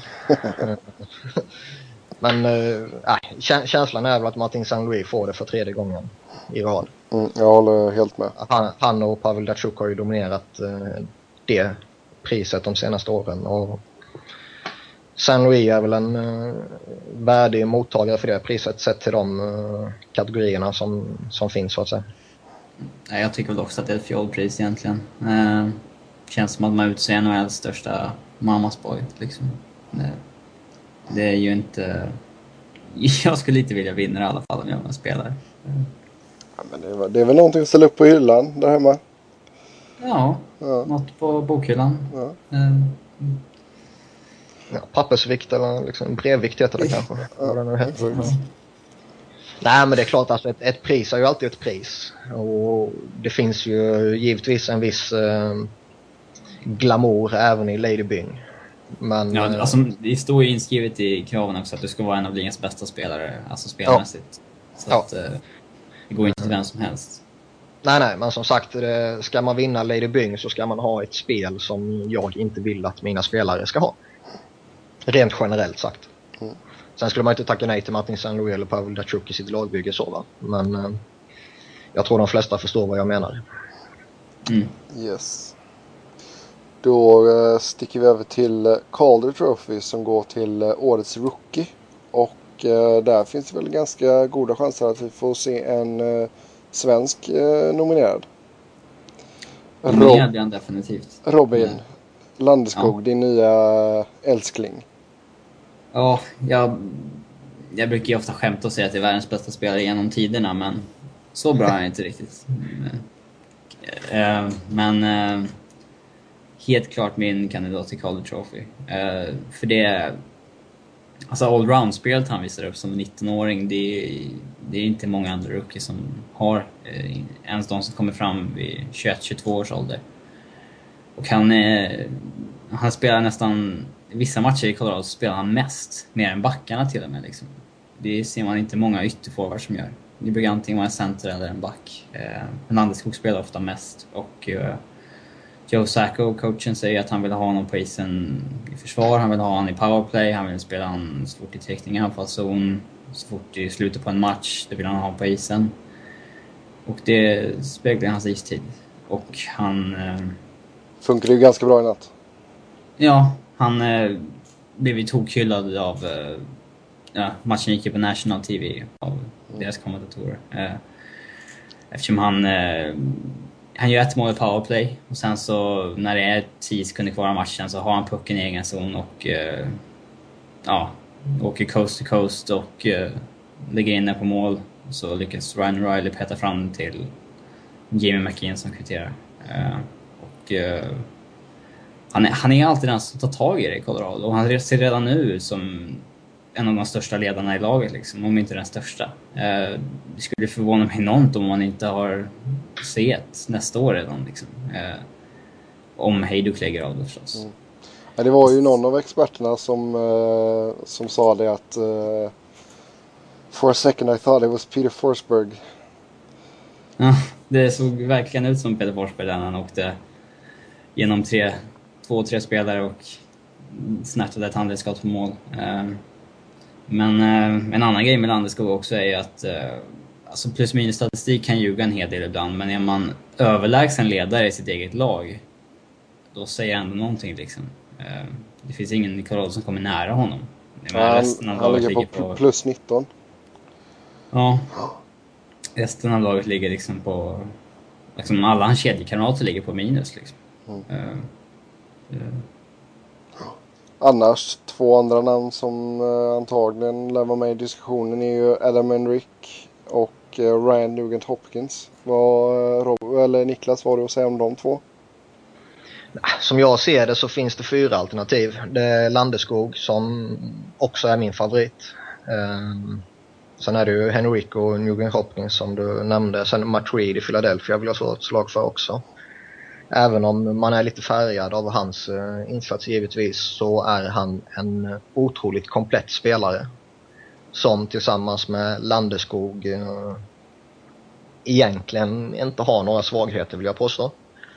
Men äh, känslan är väl att Martin Saint Louis får det för tredje gången i rad. Mm, jag håller helt med. Han, han och Pavel Datsyuk har ju dominerat äh, det priset de senaste åren. Och Saint Louis är väl en äh, värdig mottagare för det priset sett till de äh, kategorierna som, som finns så att säga. Jag tycker väl också att det är ett fjollpris egentligen. Eh, känns som att man utser N H L:s största mammas boy liksom. Det, det är ju inte... Jag skulle inte vilja vinna i alla fall om jag var en spelare. Ja, men det, är, det är väl någonting att ställa upp på hyllan där hemma. Ja, ja. Något på bokhyllan. Ja. Eh, Ja, pappersvikt eller liksom brevvikt heter det kanske. Ja, det nu heter. ja. Nej, men det är klart, alltså ett, ett pris är ju alltid ett pris. Och det finns ju givetvis en viss eh, glamour även i Lady Byng. Men, ja, eh, alltså, det står ju inskrivet i kraven också att du ska vara en av ligans bästa spelare, alltså spelmässigt. Ja. Så ja. att eh, det går inte till vem som helst. Nej, nej, men som sagt, det, ska man vinna Lady Byng så ska man ha ett spel som jag inte vill att mina spelare ska ha. Rent generellt sagt. Mm. Sen skulle man inte tacka nej till Martin Saint Louis eller Pavel Datsyuk i sitt lagbygge så, va? Men eh, jag tror de flesta förstår vad jag menar. Mm. Yes. Då uh, sticker vi över till uh, Calder Trophy som går till uh, årets rookie. Och uh, där finns det väl ganska goda chanser att vi får se en uh, svensk uh, nominerad. Nominerad Rob- definitivt. Robin mm. Landeskog, ja. Din nya älskling. Ja, jag, jag brukar ju ofta skämta och säga att det är världens bästa spelare genom tiderna, men så bra är jag inte riktigt. Men, men helt klart min kandidat till Calder Trophy. För det, alltså allround-spelet han visar upp som nittonåring, det är, det är inte många andra rookies som har, ens de som kommer fram vid tjugoett tjugotvå års ålder. Och han, han spelar nästan... I vissa matcher i Colorado så spelar han mest, mer än backarna till och med. Liksom. Det ser man inte många ytterforwards som gör. Det brukar antingen vara en center eller en back. Eh, men Landeskog spelar ofta mest. Och eh, Joe Sacco, coachen, säger att han vill ha honom på isen i försvar. Han vill ha honom i powerplay. Han vill spela honom så fort i täckning i anfallszon. Så fort i slutet på en match, det vill han ha på isen. Och det speglar hans istid. Och han... Eh, Funkar det ju ganska bra i natt. Ja, han eh, blev ju tokhyllad av eh, ja, matchen gick ju på National T V av deras kommentatorer. Eh, eftersom han eh, han gör ett mål i powerplay och sen så när det är tio sekunder kvar av matchen så har han pucken i egen zon och eh, ja, åker coast to coast och eh, lägger in den på mål. Så lyckas Ryan Riley peta fram till Jamie McKean som kvitterar. Eh, och eh, Han är, han är alltid den som tar tag i det i Colorado. Och han ser redan nu ut som en av de största ledarna i laget. Liksom, om inte den största. Eh, det skulle förvåna mig enormt om man inte har sett nästa år redan. Liksom. Eh, om Hejduk lägger av det förstås. Mm. Ja, det var ju någon av experterna som, uh, som sa det att uh, for a second I thought it was Peter Forsberg. Ja, det såg verkligen ut som Peter Forsberg när han åkte genom tre... två, tre spelare och snärtade ett handledsskott på mål. Men en annan grej med Landeskog också är ju att alltså plus minus statistik kan ljuga en hel del ibland, men är man överlägsen ledare i sitt eget lag, då säger ändå någonting liksom. Det finns ingen i Colorado som kommer nära honom. Han, han ligger på, på plus nitton. Ja. resten av laget ligger liksom på... Liksom alla hans kedjekamrater ligger på minus liksom. Mm. Uh, uh. Annars, två andra namn som uh, antagligen lär vara med i diskussionen är ju Adam Henrik och uh, Ryan Nugent Hopkins. Vad, uh, Rob, eller Niklas, vad har du att säga om de två? Som jag ser det så finns det fyra alternativ. Det är Landeskog som också är min favorit. Um, sen är det ju Henrik och Nugent Hopkins som du nämnde. Sen Matt Reed i Philadelphia vill jag slå ett slag för också. Även om man är lite färgad av hans uh, insats givetvis, så är han en otroligt komplett spelare. Som tillsammans med Landeskog uh, egentligen inte har några svagheter, vill jag påstå.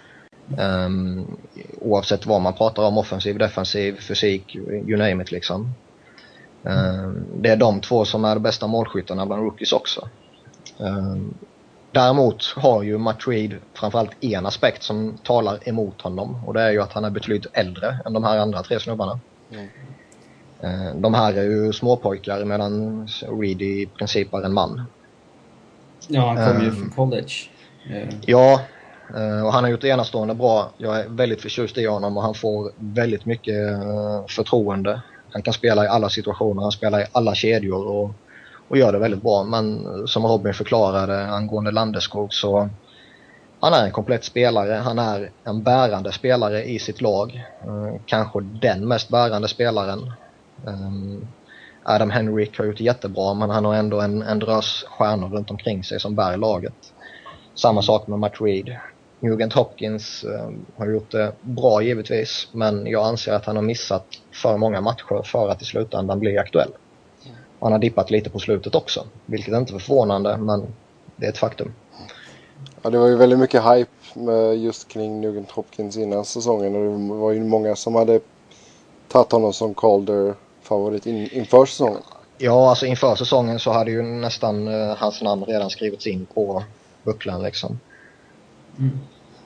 Um, oavsett vad man pratar om, offensiv, defensiv, fysik, you name it liksom. Um, det är de två som är de bästa målskyttarna bland rookies också. Um, däremot har ju Matt Reed framförallt en aspekt som talar emot honom, och det är ju att han är betydligt äldre än de här andra tre snubbarna. Mm. Uh, de här är ju småpojkar medan Reed i princip är en man. Ja, han kommer um, ju från college. Uh. Ja. Uh, och han har gjort enastående bra. Jag är väldigt förtjust i honom och han får väldigt mycket uh, förtroende. Han kan spela i alla situationer, han spelar i alla kedjor och, och gör det väldigt bra. Men uh, som Robin förklarade angående Landeskog, så han är en komplett spelare. Han är en bärande spelare i sitt lag. Uh, kanske den mest bärande spelaren. Um, Adam Henrik har gjort jättebra, men han har ändå en, en drös stjärnor runt omkring sig som bär laget. Samma sak med Matt Reed. Nugent Hopkins uh, har gjort det bra givetvis, men jag anser att han har missat för många matcher för att i slutändan bli aktuell. Han har dippat lite på slutet också, vilket är inte förvånande, men det är ett faktum. Ja, det var ju väldigt mycket hype med just kring Nugent Hopkins innan säsongen, och det var ju många som hade tagit honom som Calder-favorit in, inför säsongen. Ja, alltså inför säsongen så hade ju nästan uh, hans namn redan skrivits in på bucklan liksom. Mm.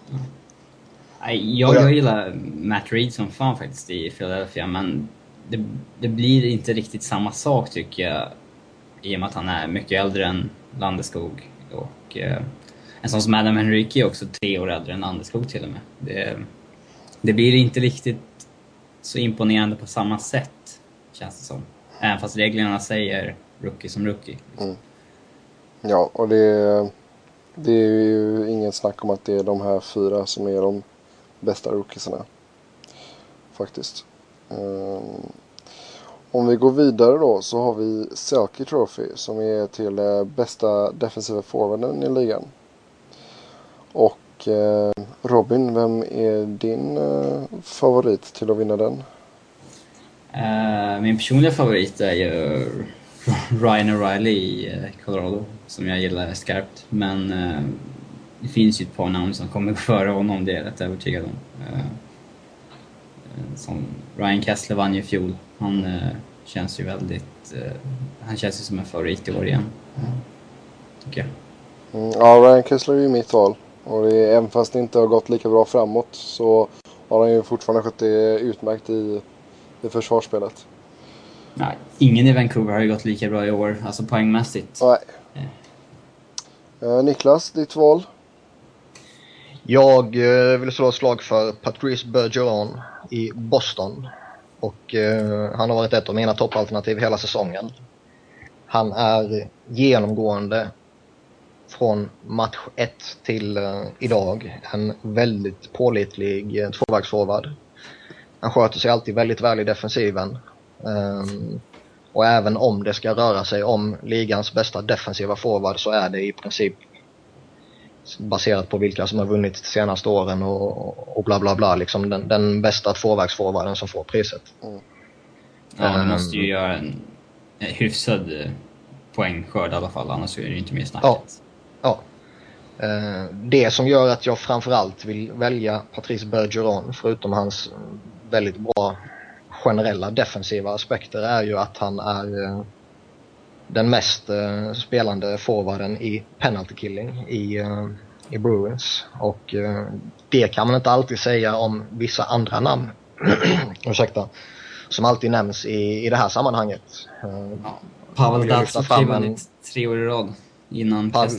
Jag, jag gillar Matt Reed som fan faktiskt i Philadelphia, men det, det blir inte riktigt samma sak tycker jag, i och med att han är mycket äldre än Landeskog, och eh, en sån som Adam Henrique är också tre år äldre än Landeskog till och med. Det, det blir inte riktigt så imponerande på samma sätt, känns det som. Även fast reglerna säger rookie som rookie. Mm. Ja, och det, det är ju ingen snack om att det är de här fyra som är de bästa rookiesarna. Faktiskt. Um, om vi går vidare då, så har vi Selke Trophy som är till uh, bästa defensiva forwarden i ligan. Och uh, Robin, vem är din uh, favorit till att vinna den? Uh, min personliga favorit är ju Ryan O'Reilly i uh, Colorado, som jag gillar skarpt. Men uh, det finns ju ett par namn som kommer före honom, det är rätt övertygad om. Uh, som Ryan Kessler vann ju i fjol. Han uh, känns ju väldigt... Uh, han känns ju som en favorit i år igen, uh, tycker jag. Mm, ja, Ryan Kessler är ju mitt val. Och det är, även fast det inte har gått lika bra framåt, så har han ju fortfarande skött det utmärkt i, i försvarsspelet. Nej, ingen i Vancouver har ju gått lika bra i år, alltså poängmässigt. Nej. Uh, Niklas, ditt val? Jag uh, vill slå ett slag för Patrice Bergeron i Boston. Och uh, han har varit ett av mina toppalternativ hela säsongen. Han är genomgående från match ett till uh, idag en väldigt pålitlig uh, tvåvägsforward. Han sköter sig alltid väldigt väl i defensiven. Um, och även om det ska röra sig om ligans bästa defensiva forward, så är det i princip baserat på vilka som har vunnit de senaste åren och, och bla bla bla, liksom den, den bästa tvåvägsforwarden som får priset. Mm. Ja, han måste ju göra en hyfsad poängskörd i alla fall, annars är det ju inte mer snacket. Ja, ja. Uh, det som gör att jag framförallt vill välja Patrice Bergeron, förutom hans väldigt bra generella defensiva aspekter, är ju att han är uh, den mest uh, spelande forwarden i penalty killing i, uh, i Bruins. Och uh, det kan man inte alltid säga om vissa andra namn ursäkta, som alltid nämns i, i det här sammanhanget. Uh, ja. Pavel Datsyuk vann tre år i rad innan Pavel, Kessler.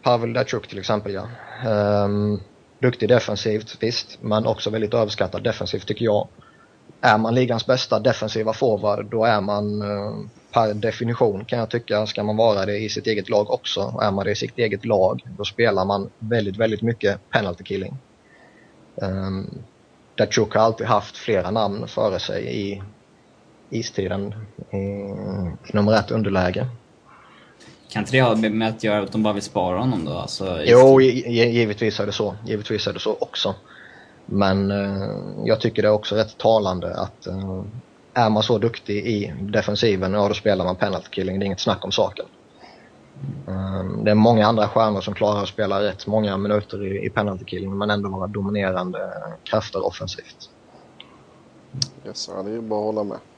Pavel Datsyuk till exempel, ja. Um, duktig defensivt, visst, men också väldigt överskattad defensivt tycker jag. Är man ligans bästa defensiva forward, då är man uh, per definition, kan jag tycka, ska man vara det i sitt eget lag också. Och är man det i sitt eget lag, då spelar man väldigt, väldigt mycket penalty killing. Um, Datsyuk har alltid haft flera namn före sig i istiden i, i nummer ett underläge. Kan inte det ha med att göra att de bara vill spara honom då? Alltså, jo, givetvis är det så. Givetvis är det så också. Men uh, jag tycker det är också rätt talande att uh, är man så duktig i defensiven, ja, då spelar man penalty killing. Det är inget snack om saken. Um, det är många andra stjärnor som klarar att spela rätt många minuter i, i penalty killing, men ändå vara dominerande krafter offensivt. Yes, ja, det är bara att hålla med.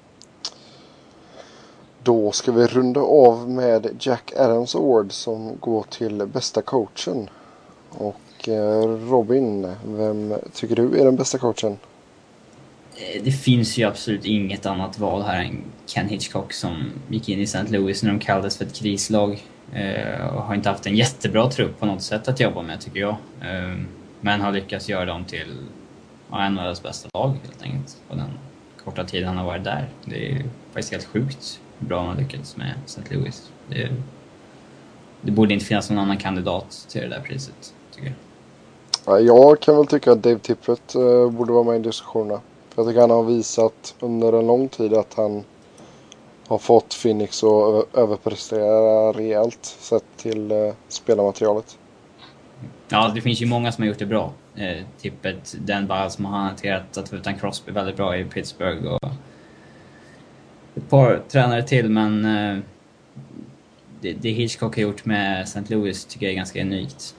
Då ska vi runda av med Jack Adams Award som går till bästa coachen. Och eh, Robin, vem tycker du är den bästa coachen? Det finns ju absolut inget annat val här än Ken Hitchcock som gick in i Saint Louis när de kallades för ett krislag. Eh, och har inte haft en jättebra trupp på något sätt att jobba med, tycker jag. Eh, men har lyckats göra dem till ja, en av deras bästa lag helt enkelt på den korta tiden han har varit där. Det är faktiskt helt sjukt hur bra han har lyckats med Saint Louis. Det, det borde inte finnas någon annan kandidat till det där priset, tycker jag. Jag kan väl tycka att Dave Tippett eh, borde vara med i diskussionerna. För jag tycker han har visat under en lång tid att han har fått Phoenix att överprestera rejält sett till eh, spelarmaterialet. Ja, det finns ju många som har gjort det bra. Eh, Tippett, den bara som har hanterat att utan Crosby väldigt bra i Pittsburgh och ett par tränare till, men eh, det, det Hitchcock har gjort med Saint Louis tycker jag är ganska unikt.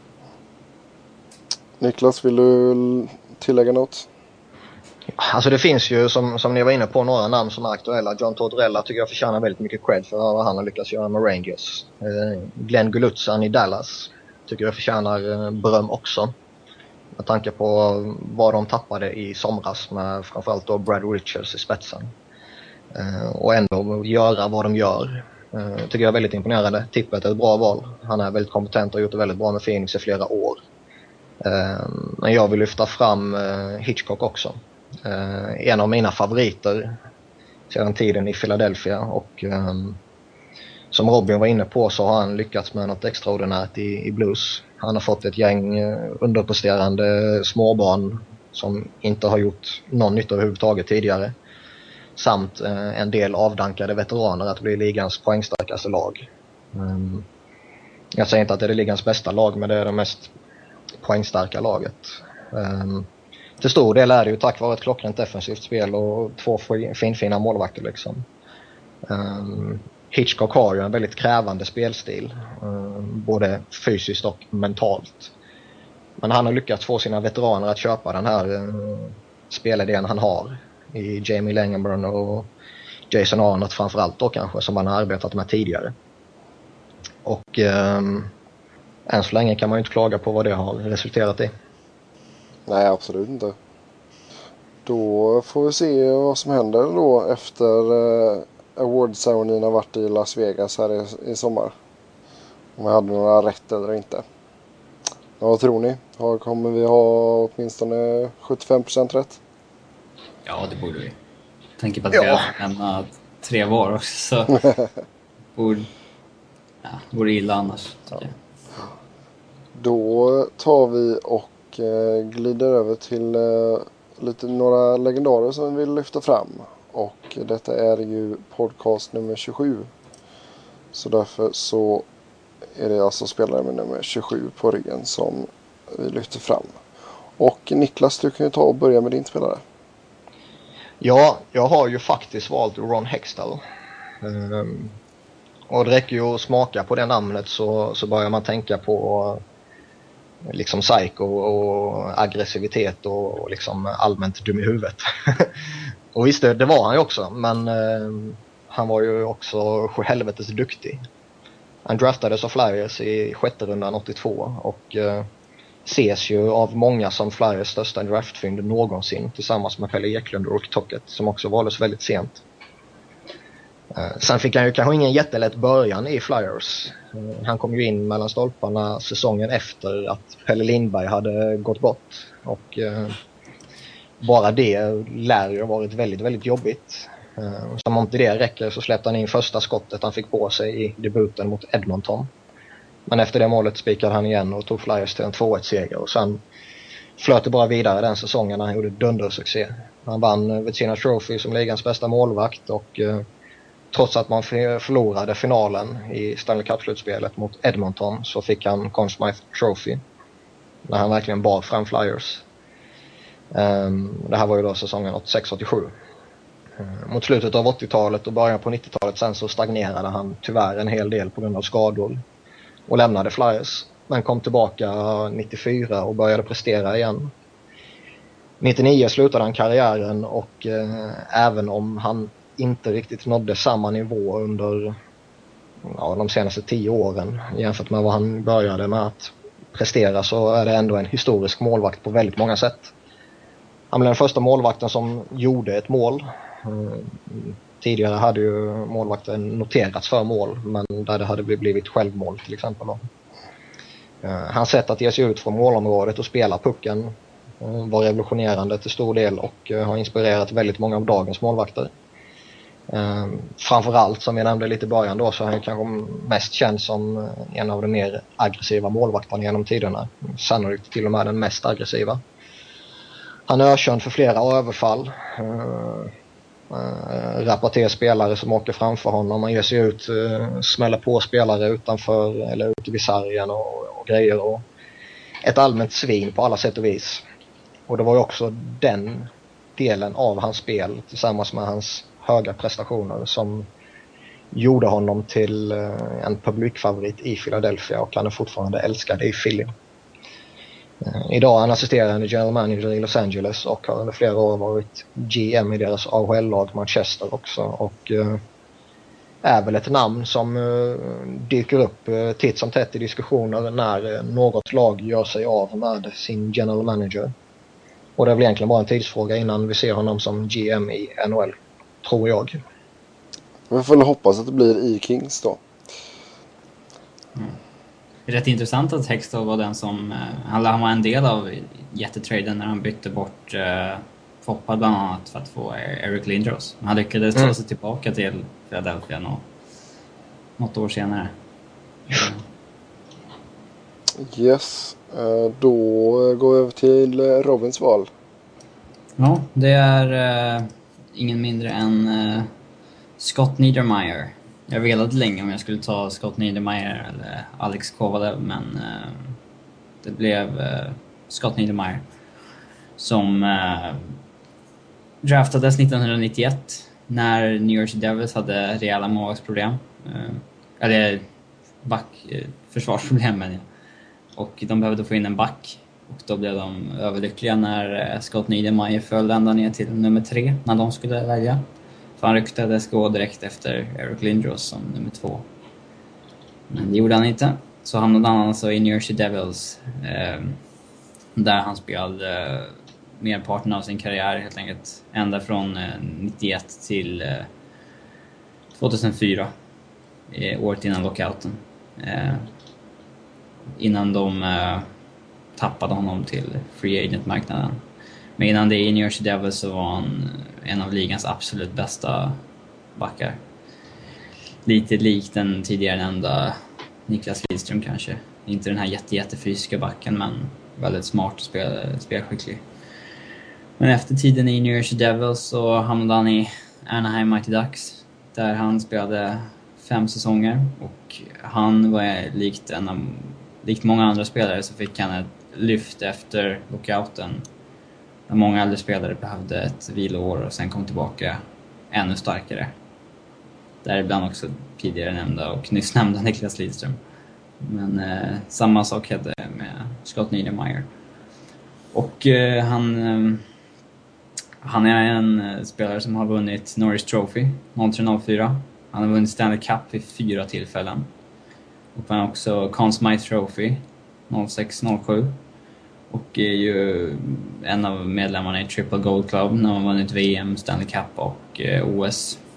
Niklas, vill du tillägga något? Alltså det finns ju, som, som ni var inne på, några namn som är aktuella. John Tortorella tycker jag förtjänar väldigt mycket cred för vad han har lyckats göra med Rangers. Eh, Glenn Gulutzan i Dallas tycker jag förtjänar eh, beröm också. Med tanke på vad de tappade i somras med framförallt då Brad Richards i spetsen. Eh, och ändå göra vad de gör. Eh, tycker jag är väldigt imponerande. Tippet är ett bra val. Han är väldigt kompetent och har gjort det väldigt bra med Phoenix i flera år. Eh, men jag vill lyfta fram eh, Hitchcock också. Uh, en av mina favoriter sedan tiden i Philadelphia, och um, som Robin var inne på så har han lyckats med något extraordinärt i, i Blues. Han har fått ett gäng uh, underpresterande småbarn som inte har gjort någon nytta överhuvudtaget tidigare, samt uh, en del avdankade veteraner att bli ligans poängstarkaste lag. Um, jag säger inte att det är ligans bästa lag, men det är det mest poängstarka laget. Um, Till stor del är det ju tack vare ett klockrent defensivt spel och två finfina målvakter liksom. Um, Hitchcock har ju en väldigt krävande spelstil, um, både fysiskt och mentalt. Men han har lyckats få sina veteraner att köpa den här uh, spelidén han har i Jamie Langenburn och Jason Arnott framförallt då kanske, som han har arbetat med tidigare. Och um, än så länge kan man ju inte klaga på vad det har resulterat i. Nej, absolut inte. Då får vi se vad som händer då efter eh, award-ceremonin har varit i Las Vegas här i, i sommar. Om vi hade några rätt eller inte. Ja, vad tror ni? Har, kommer vi ha åtminstone sjuttiofem procent rätt? Ja, det borde vi. Tänker på att ja. vi har lämnat tre var också, så borde, ja, borde illa annars. Ja. Då tar vi och glider över till uh, lite några legendarer som vi vill lyfta fram. Och detta är ju podcast nummer tjugosju. Så därför så är det alltså spelare med nummer tjugosju på ryggen som vi lyfter fram. Och Niklas, du kan ju ta och börja med din spelare. Ja, jag har ju faktiskt valt Ron Hextall. Um, och det räcker ju att smaka på det namnet så, så börjar man tänka på liksom psycho och aggressivitet och, och liksom allmänt dum i huvudet. Och visst, det, det var han ju också, men eh, han var ju också helvetes duktig. Han draftades av Flyers i sjätte rundan åttiotvå och eh, ses ju av många som Flyers största draftfynd någonsin, tillsammans med Pelle Eklund och Rick Tocchet som också valdes väldigt sent. Sen fick han ju kanske ingen jättelätt början i Flyers. Han kom ju in mellan stolparna säsongen efter att Pelle Lindberg hade gått bort. Och bara det lär ju ha varit väldigt, väldigt jobbigt. Som om inte det räcker så släppte han in första skottet han fick på sig i debuten mot Edmonton. Men efter det målet spikade han igen och tog Flyers till en två ett seger. Och sen flöt det bara vidare den säsongen när han gjorde dundersuccé. Han vann Vezina Trophy som ligans bästa målvakt och eh, trots att man förlorade finalen i Stanley Cup-slutspelet mot Edmonton så fick han Conn Smythe Trophy när han verkligen bar fram Flyers. Um, det här var ju då säsongen åttiosex åttiosju. Uh, mot slutet av åttiotalet och början på nittiotalet sen så stagnerade han tyvärr en hel del på grund av skador och lämnade Flyers. Men kom tillbaka nittiofyra och började prestera igen. nittionio slutade han karriären och eh, även om han inte riktigt nådde samma nivå under ja, de senaste tio åren jämfört med vad han började med att prestera så är det ändå en historisk målvakt på väldigt många sätt. Han blev den första målvakten som gjorde ett mål. Mm, tidigare hade ju målvakten noterats för mål men där det hade blivit självmål till exempel. Uh, hans sätt att ge sig ut från målområdet och spela pucken uh, var revolutionerande till stor del och uh, har inspirerat väldigt många av dagens målvakter. Uh, framförallt som jag nämnde lite i början då så är han kanske mest känd som uh, en av de mer aggressiva målvakterna genom tiderna. Sannolikt till och med den mest aggressiva. Han är ökänd för flera överfall. Uh, Uh, rapporterar spelare som åker framför honom. Man ger sig ut, uh, smäller på spelare utanför eller ute vid sargen och, och grejer. Och ett allmänt svin på alla sätt och vis. Och det var ju också den delen av hans spel tillsammans med hans höga prestationer som gjorde honom till uh, en publikfavorit i Philadelphia och han är fortfarande älskad i Philly. Uh, idag är han assisterande general manager i Los Angeles och har under flera år varit G M i deras A H L-lag Manchester också och uh, är väl ett namn som uh, dyker upp uh, titt som tätt i diskussioner när uh, något lag gör sig av med sin general manager. Och det är väl egentligen bara en tidsfråga innan vi ser honom som G M i N H L, tror jag. Vi får hoppas att det blir i Kings då. Mm. Det är rätt intressant att Hextall var den som han var en del av jättetraden när han bytte bort uh, Foppa bland annat för att få Eric Lindros. Han lyckades ta sig mm. tillbaka till Philadelphia nå, något år senare. Mm. Yes, då går vi över till Robins val. Ja, det är uh, ingen mindre än uh, Scott Niedermayer. Jag velade länge om jag skulle ta Scott Niedermayer eller Alex Kovalev, men uh, det blev uh, Scott Niedermayer som uh, draftades nittonhundranittioett när New Jersey Devils hade rejäla målvaktsproblem. Uh, eller back, uh, försvarsproblem men ja. Och de behövde få in en back. Och då blev de överlyckliga när uh, Scott Niedermayer föll ända ner till nummer tre när de skulle välja. För han ryktades gå direkt efter Eric Lindros som nummer två. Men det gjorde han inte. Så hamnade han alltså i New Jersey Devils. Eh, där han spelade eh, merparten av sin karriär helt enkelt. Ända från eh, nittioett till eh, tjugohundrafyra. Eh, året innan lockouten. Eh, innan de eh, tappade honom till free agent-marknaden. Men innan det i New Jersey Devils så var han en av ligans absolut bästa backar. Lite likt den tidigare nämnda Niklas Lidström kanske. Inte den här jätte, jättefysiska backen men väldigt smart och spel, spelskicklig. Men efter tiden i New Jersey Devils så hamnade han i Anaheim Mighty Ducks. Där han spelade fem säsonger. Och han var likt, en av, likt många andra spelare så fick han ett lyft efter lockouten. Många äldre spelare behövde ett viloår och sen kom tillbaka ännu starkare. Däribland också tidigare nämnda och nyss nämnda Niklas Lidström. Men eh, samma sak hände med Scott Niedermayer. Och eh, han, eh, han är en eh, spelare som har vunnit Norris Trophy noll tre noll fyra. Han har vunnit Stanley Cup vid fyra tillfällen. Och han har också Conn Smythe Trophy noll sex noll sju. Och är ju en av medlemmarna i Triple Gold Club när man vunnit V M, Stanley Cup och eh, O S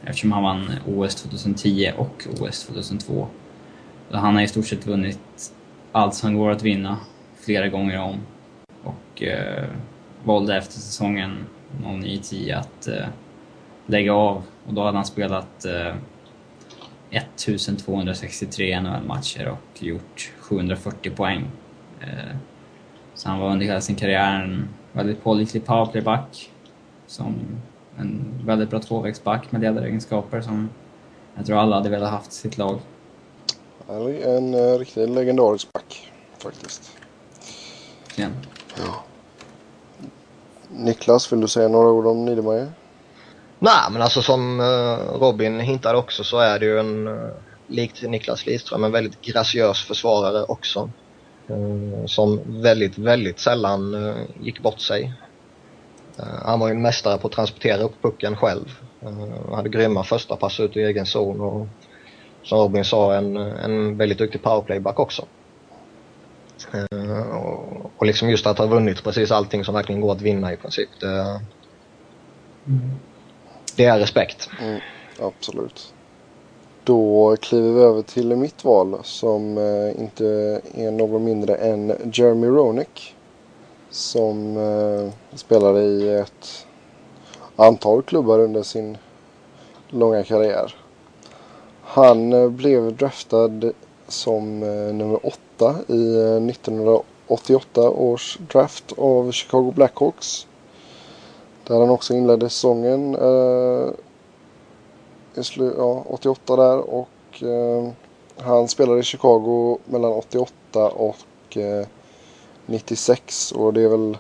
eftersom han vann O S tjugohundratio och O S tjugohundratvå. Han har i stort sett vunnit allt som går att vinna flera gånger om. Och eh, valde efter säsongen noll nio tio att eh, lägga av. Och då hade han spelat eh, ettusentvåhundrasextiotre N H L-matcher och gjort sjuhundrafyrtio poäng. Eh, så han var under hela sin karriär en väldigt pålitlig powerplayback. Som en väldigt bra tvåvägsback med ledaregenskaper som jag tror alla hade velat haft i sitt lag. En uh, riktigt legendarisk back faktiskt. Ja. Ja. Niklas, vill du säga några ord om Niedermayer? Nej, men alltså som uh, Robin hintade också så är det ju en, uh, likt Niklas Lidström, en väldigt graciös försvarare också. Uh, som väldigt, väldigt sällan uh, gick bort sig. Uh, han var ju en mästare på att transportera upp pucken själv. Uh, hade grymma första pass ut i egen zon och som Robin sa en, en väldigt duktig powerplayback också. Uh, och, och liksom just att ha vunnit precis allting som verkligen går att vinna i princip. Det, mm. det är respekt. Mm, absolut. Då kliver vi över till mitt val som eh, inte är någon mindre än Jeremy Roenick. Som eh, spelade i ett antal klubbar under sin långa karriär. Han eh, blev draftad som eh, nummer åtta i eh, nittonhundraåttioåtta års draft av Chicago Blackhawks. Där han också inledde säsongen eh, i slu- ja, åttioåtta där. Och eh, han spelade i Chicago mellan åttioåtta och eh, nittiosex. Och det är väl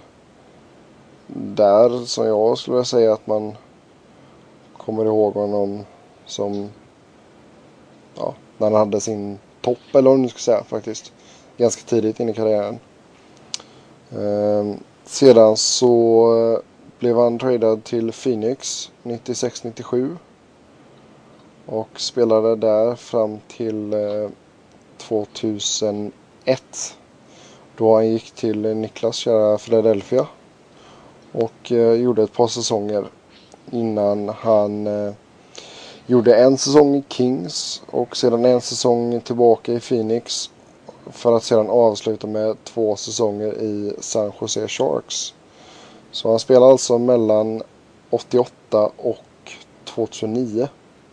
där som jag skulle vilja säga att man kommer ihåg honom som, ja, när han hade sin topp, eller vad man ska säga faktiskt, ganska tidigt in i karriären. Eh, sedan så blev han tradad till Phoenix nittiosex nittiosju och spelade där fram till eh, tvåtusenett, då han gick till Niklas kära Philadelphia och eh, gjorde ett par säsonger innan han eh, gjorde en säsong i Kings och sedan en säsong tillbaka i Phoenix för att sedan avsluta med två säsonger i San Jose Sharks. Så han spelade alltså mellan åttioåtta och tvåtusennio.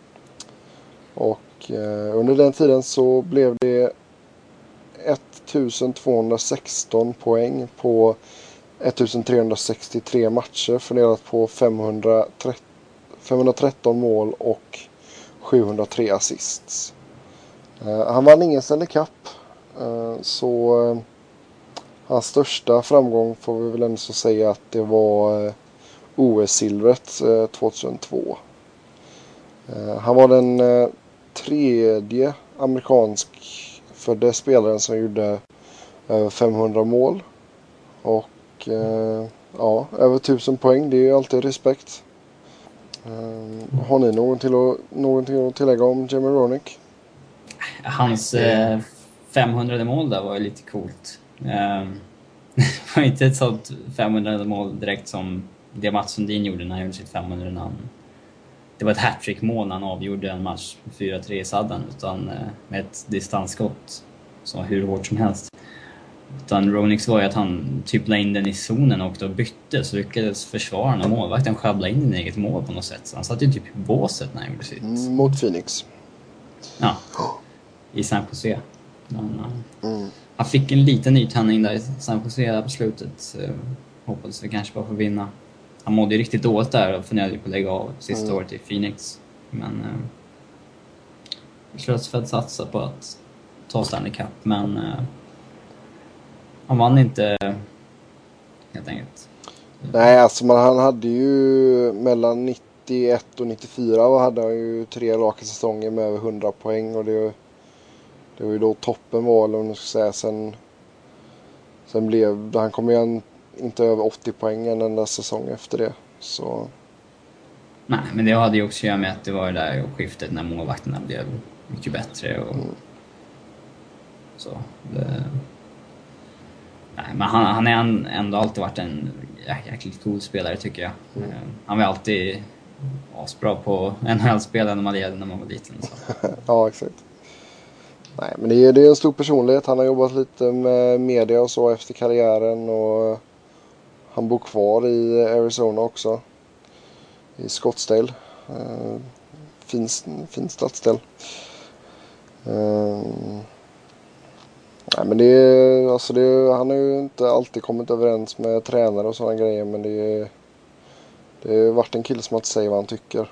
Och eh, under den tiden så blev det ettusentvåhundrasexton poäng på ettusentrehundrasextiotre matcher fördelat på femhundratretton mål och sjuhundratre assists. Eh, han vann ingen Stanley Cup, eh, så eh, hans största framgång får vi väl ändå så säga att det var eh, O S-silvret eh, tvåtusentvå. Eh, han var den eh, tredje amerikansk födde spelaren som gjorde över femhundra mål. Och eh, ja, över tusen poäng, det är ju alltid respekt. Eh, har ni någon till att, någonting att tillägga om Jeremy Roenick? Hans eh, femhundrade mål där var ju lite coolt. Eh, det var inte ett sånt femhundrade mål direkt som det Mats Sundin gjorde när han gjorde sitt femhundrade namn. Det var ett hattrick-mål när han avgjorde en match med fyra tre i sadden, utan eh, med ett distansskott som var hur hårt som helst. Utan Roenick var ju att han typ la in den i zonen och då bytte, så lyckades försvararna och målvakten sjabbla in den i eget mål på något sätt. Så han satt ju typ i båset när han gjorde sitt. Mm, mot Phoenix. Ja, i San Jose. Men, mm. Han fick en liten nytändning där i San Jose där på slutet. Uh, hoppades vi kanske bara få vinna. Han mådde ju riktigt dåligt där och funderade på att lägga av sista mm. året i Phoenix. Men uh, beslöt för att satsa på att ta Stanley Cup. Men uh, han vann inte helt enkelt. Nej, alltså man, han hade ju mellan nittioett och nittiofyra och hade han ju tre raka säsonger med över hundra poäng. Och det, det var ju då toppen var, eller om man ska säga. Sen, sen blev han kom igen inte över åttio poäng en enda säsong efter det. Så. Nej, men det hade ju också att göra med att det var det där skiftet när målvakterna blev mycket bättre. Och mm. så. Det... Nej, men han, han har ändå alltid varit en jäkligt cool spelare tycker jag. Mm. Han var alltid asbra på N H L-spel än man hade när man var liten. Så. Ja, exakt. Nej, men det är, det är en stor personlighet. Han har jobbat lite med media och så efter karriären. Och han bor kvar i Arizona också. I Scottsdale. Uh, fin, fin stadsdel. Uh, nej, men det är, alltså det är, han har ju inte alltid kommit överens med tränare och sådana grejer. Men det är, det har varit en kille som inte säger vad han tycker.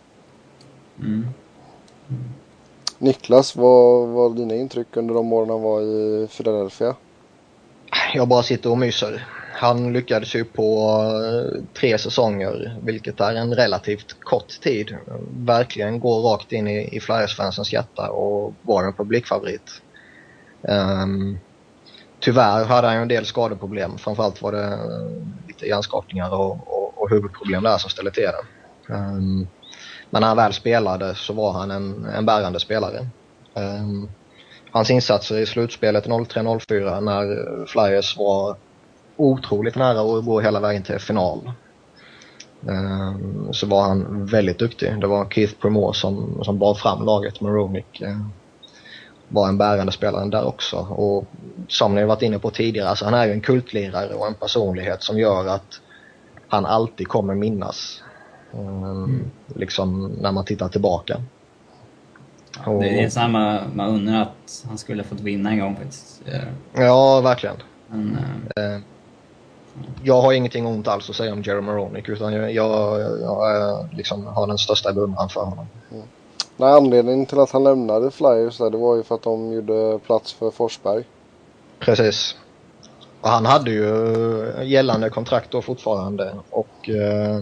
Mm. Mm. Niklas, vad var dina intryck under de åren han var i Philadelphia? Jag bara sitter och myser. Han lyckades ju på tre säsonger, vilket är en relativt kort tid, verkligen gå rakt in i, i Flyers-fansens hjärta och var en publikfavorit. Um, tyvärr hade han ju en del skadeproblem. Framförallt var det lite hjärnskakningar och, och, och huvudproblem där som ställde till det. Um, men när han väl spelade så var han en, en bärande spelare. Um, hans insatser i slutspelet noll tre noll fyra när Flyers var otroligt nära att gå hela vägen till final, um, så var han väldigt duktig. Det var Keith Premore som, som bar fram laget, men Roenick uh, var en bärande spelare där också. Och som ni varit inne på tidigare, alltså han är ju en kultlirare och en personlighet som gör att han alltid kommer minnas, um, mm. liksom när man tittar tillbaka. Ja, det är samma man, man undrar att han skulle fått vinna en gång faktiskt. Ja, verkligen. Men, uh, jag har ingenting ont alls att säga om Jeremy Roenick, utan jag, jag, jag liksom har den största beundran för honom. Mm. Nej, anledningen till att han lämnade Flyers där, det var ju för att de gjorde plats för Forsberg. Precis. Och han hade ju gällande kontrakt då fortfarande, och eh,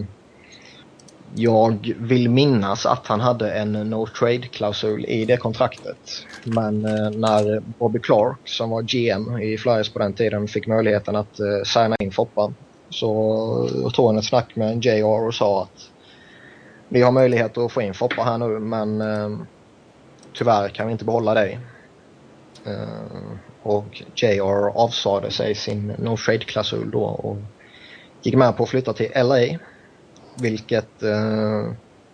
jag vill minnas att han hade en no trade-klausul i det kontraktet. Men eh, när Bobby Clark, som var G M i Flyers på den tiden, fick möjligheten att eh, signa in Foppa, så tog han ett snack med J R och sa att vi har möjlighet att få in Foppa här nu, men eh, tyvärr kan vi inte behålla dig. Eh, och J R avsade sig sin no trade-klausul då och gick med på att flytta till L A, vilket eh,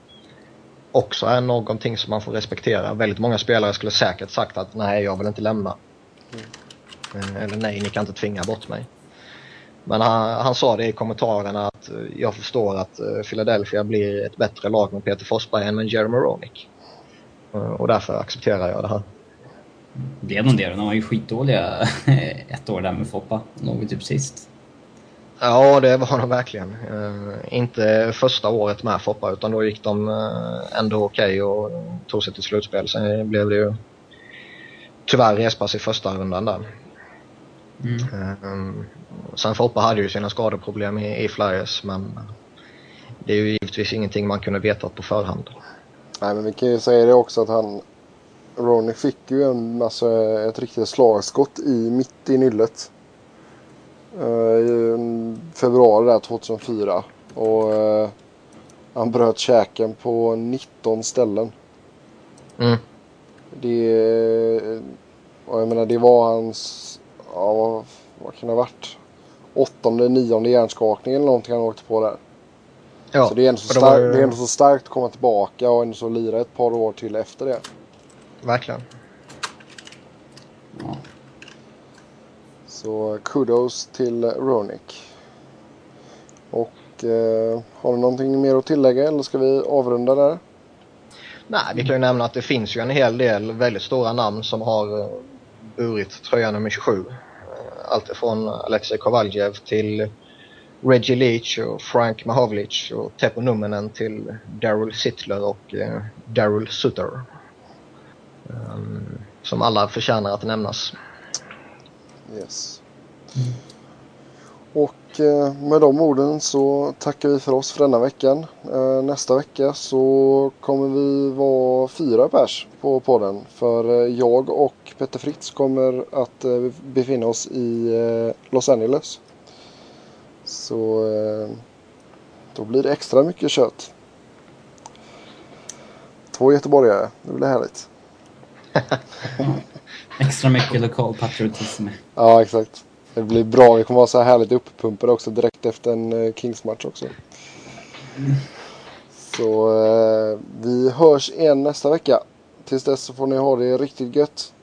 också är någonting som man får respektera. Väldigt många spelare skulle säkert sagt att nej, jag vill inte lämna. Mm. Eh, eller nej, ni kan inte tvinga bort mig. Men han, han sa det i kommentarerna att jag förstår att Philadelphia blir ett bättre lag med Peter Forsberg än med Jeremy Roenick. Och därför accepterar jag det här. Blev de det? De var ju skitdåliga ett år där med Foppa. De var typ sist. Ja, det var de verkligen. Uh, inte första året med Foppa, utan då gick de uh, ändå okej okay och tog sig till slutspel. Sen blev det ju tyvärr respass i första rundan där. Mm. Um, sen Foppa hade ju sina skadeproblem i, i Flyers, men det är ju givetvis ingenting man kunde veta på förhand. Nej, men vi kan ju säga det också att han Roenick fick ju en massa, ett riktigt slagskott i mitt i nyllet uh, i februari där tjugohundrafyra, och uh, han bröt käken på nitton ställen. Mm. Det, och jag menar, det var hans, ja, vad, vad kan det ha varit, åttonde, nionde hjärnskakning eller någonting han åkte på där. Ja, så det är, ändå så stark, var... det är ändå så starkt att komma tillbaka och ändå så lira ett par år till efter det. Verkligen. Ja. Så kudos till Roenick. Och eh, har du någonting mer att tillägga, eller ska vi avrunda där? Nej, vi kan ju nämna att det finns ju en hel del väldigt stora namn som har burit tröja nummer tjugosju. Allt från Alexei Kovaljev till Reggie Leach och Frank Mahovlich och Teppo Numminen till Daryl Sittler och eh, Daryl Sutter. Um, som alla förtjänar att nämnas. Yes. Mm. Och eh, med de orden så tackar vi för oss för denna veckan. Eh, nästa vecka så kommer vi vara fyra pers på podden. För eh, jag och Petter Fritz kommer att eh, befinna oss i eh, Los Angeles. Så eh, då blir det extra mycket kött. Två göteborgare, det blir härligt. Extra mycket lokal patriotism. Ja, exakt. Det blir bra. Det kommer vara så här härligt uppumpade också direkt efter en Kings-match också. Så eh, vi hörs igen nästa vecka. Tills dess så får ni ha det riktigt gött.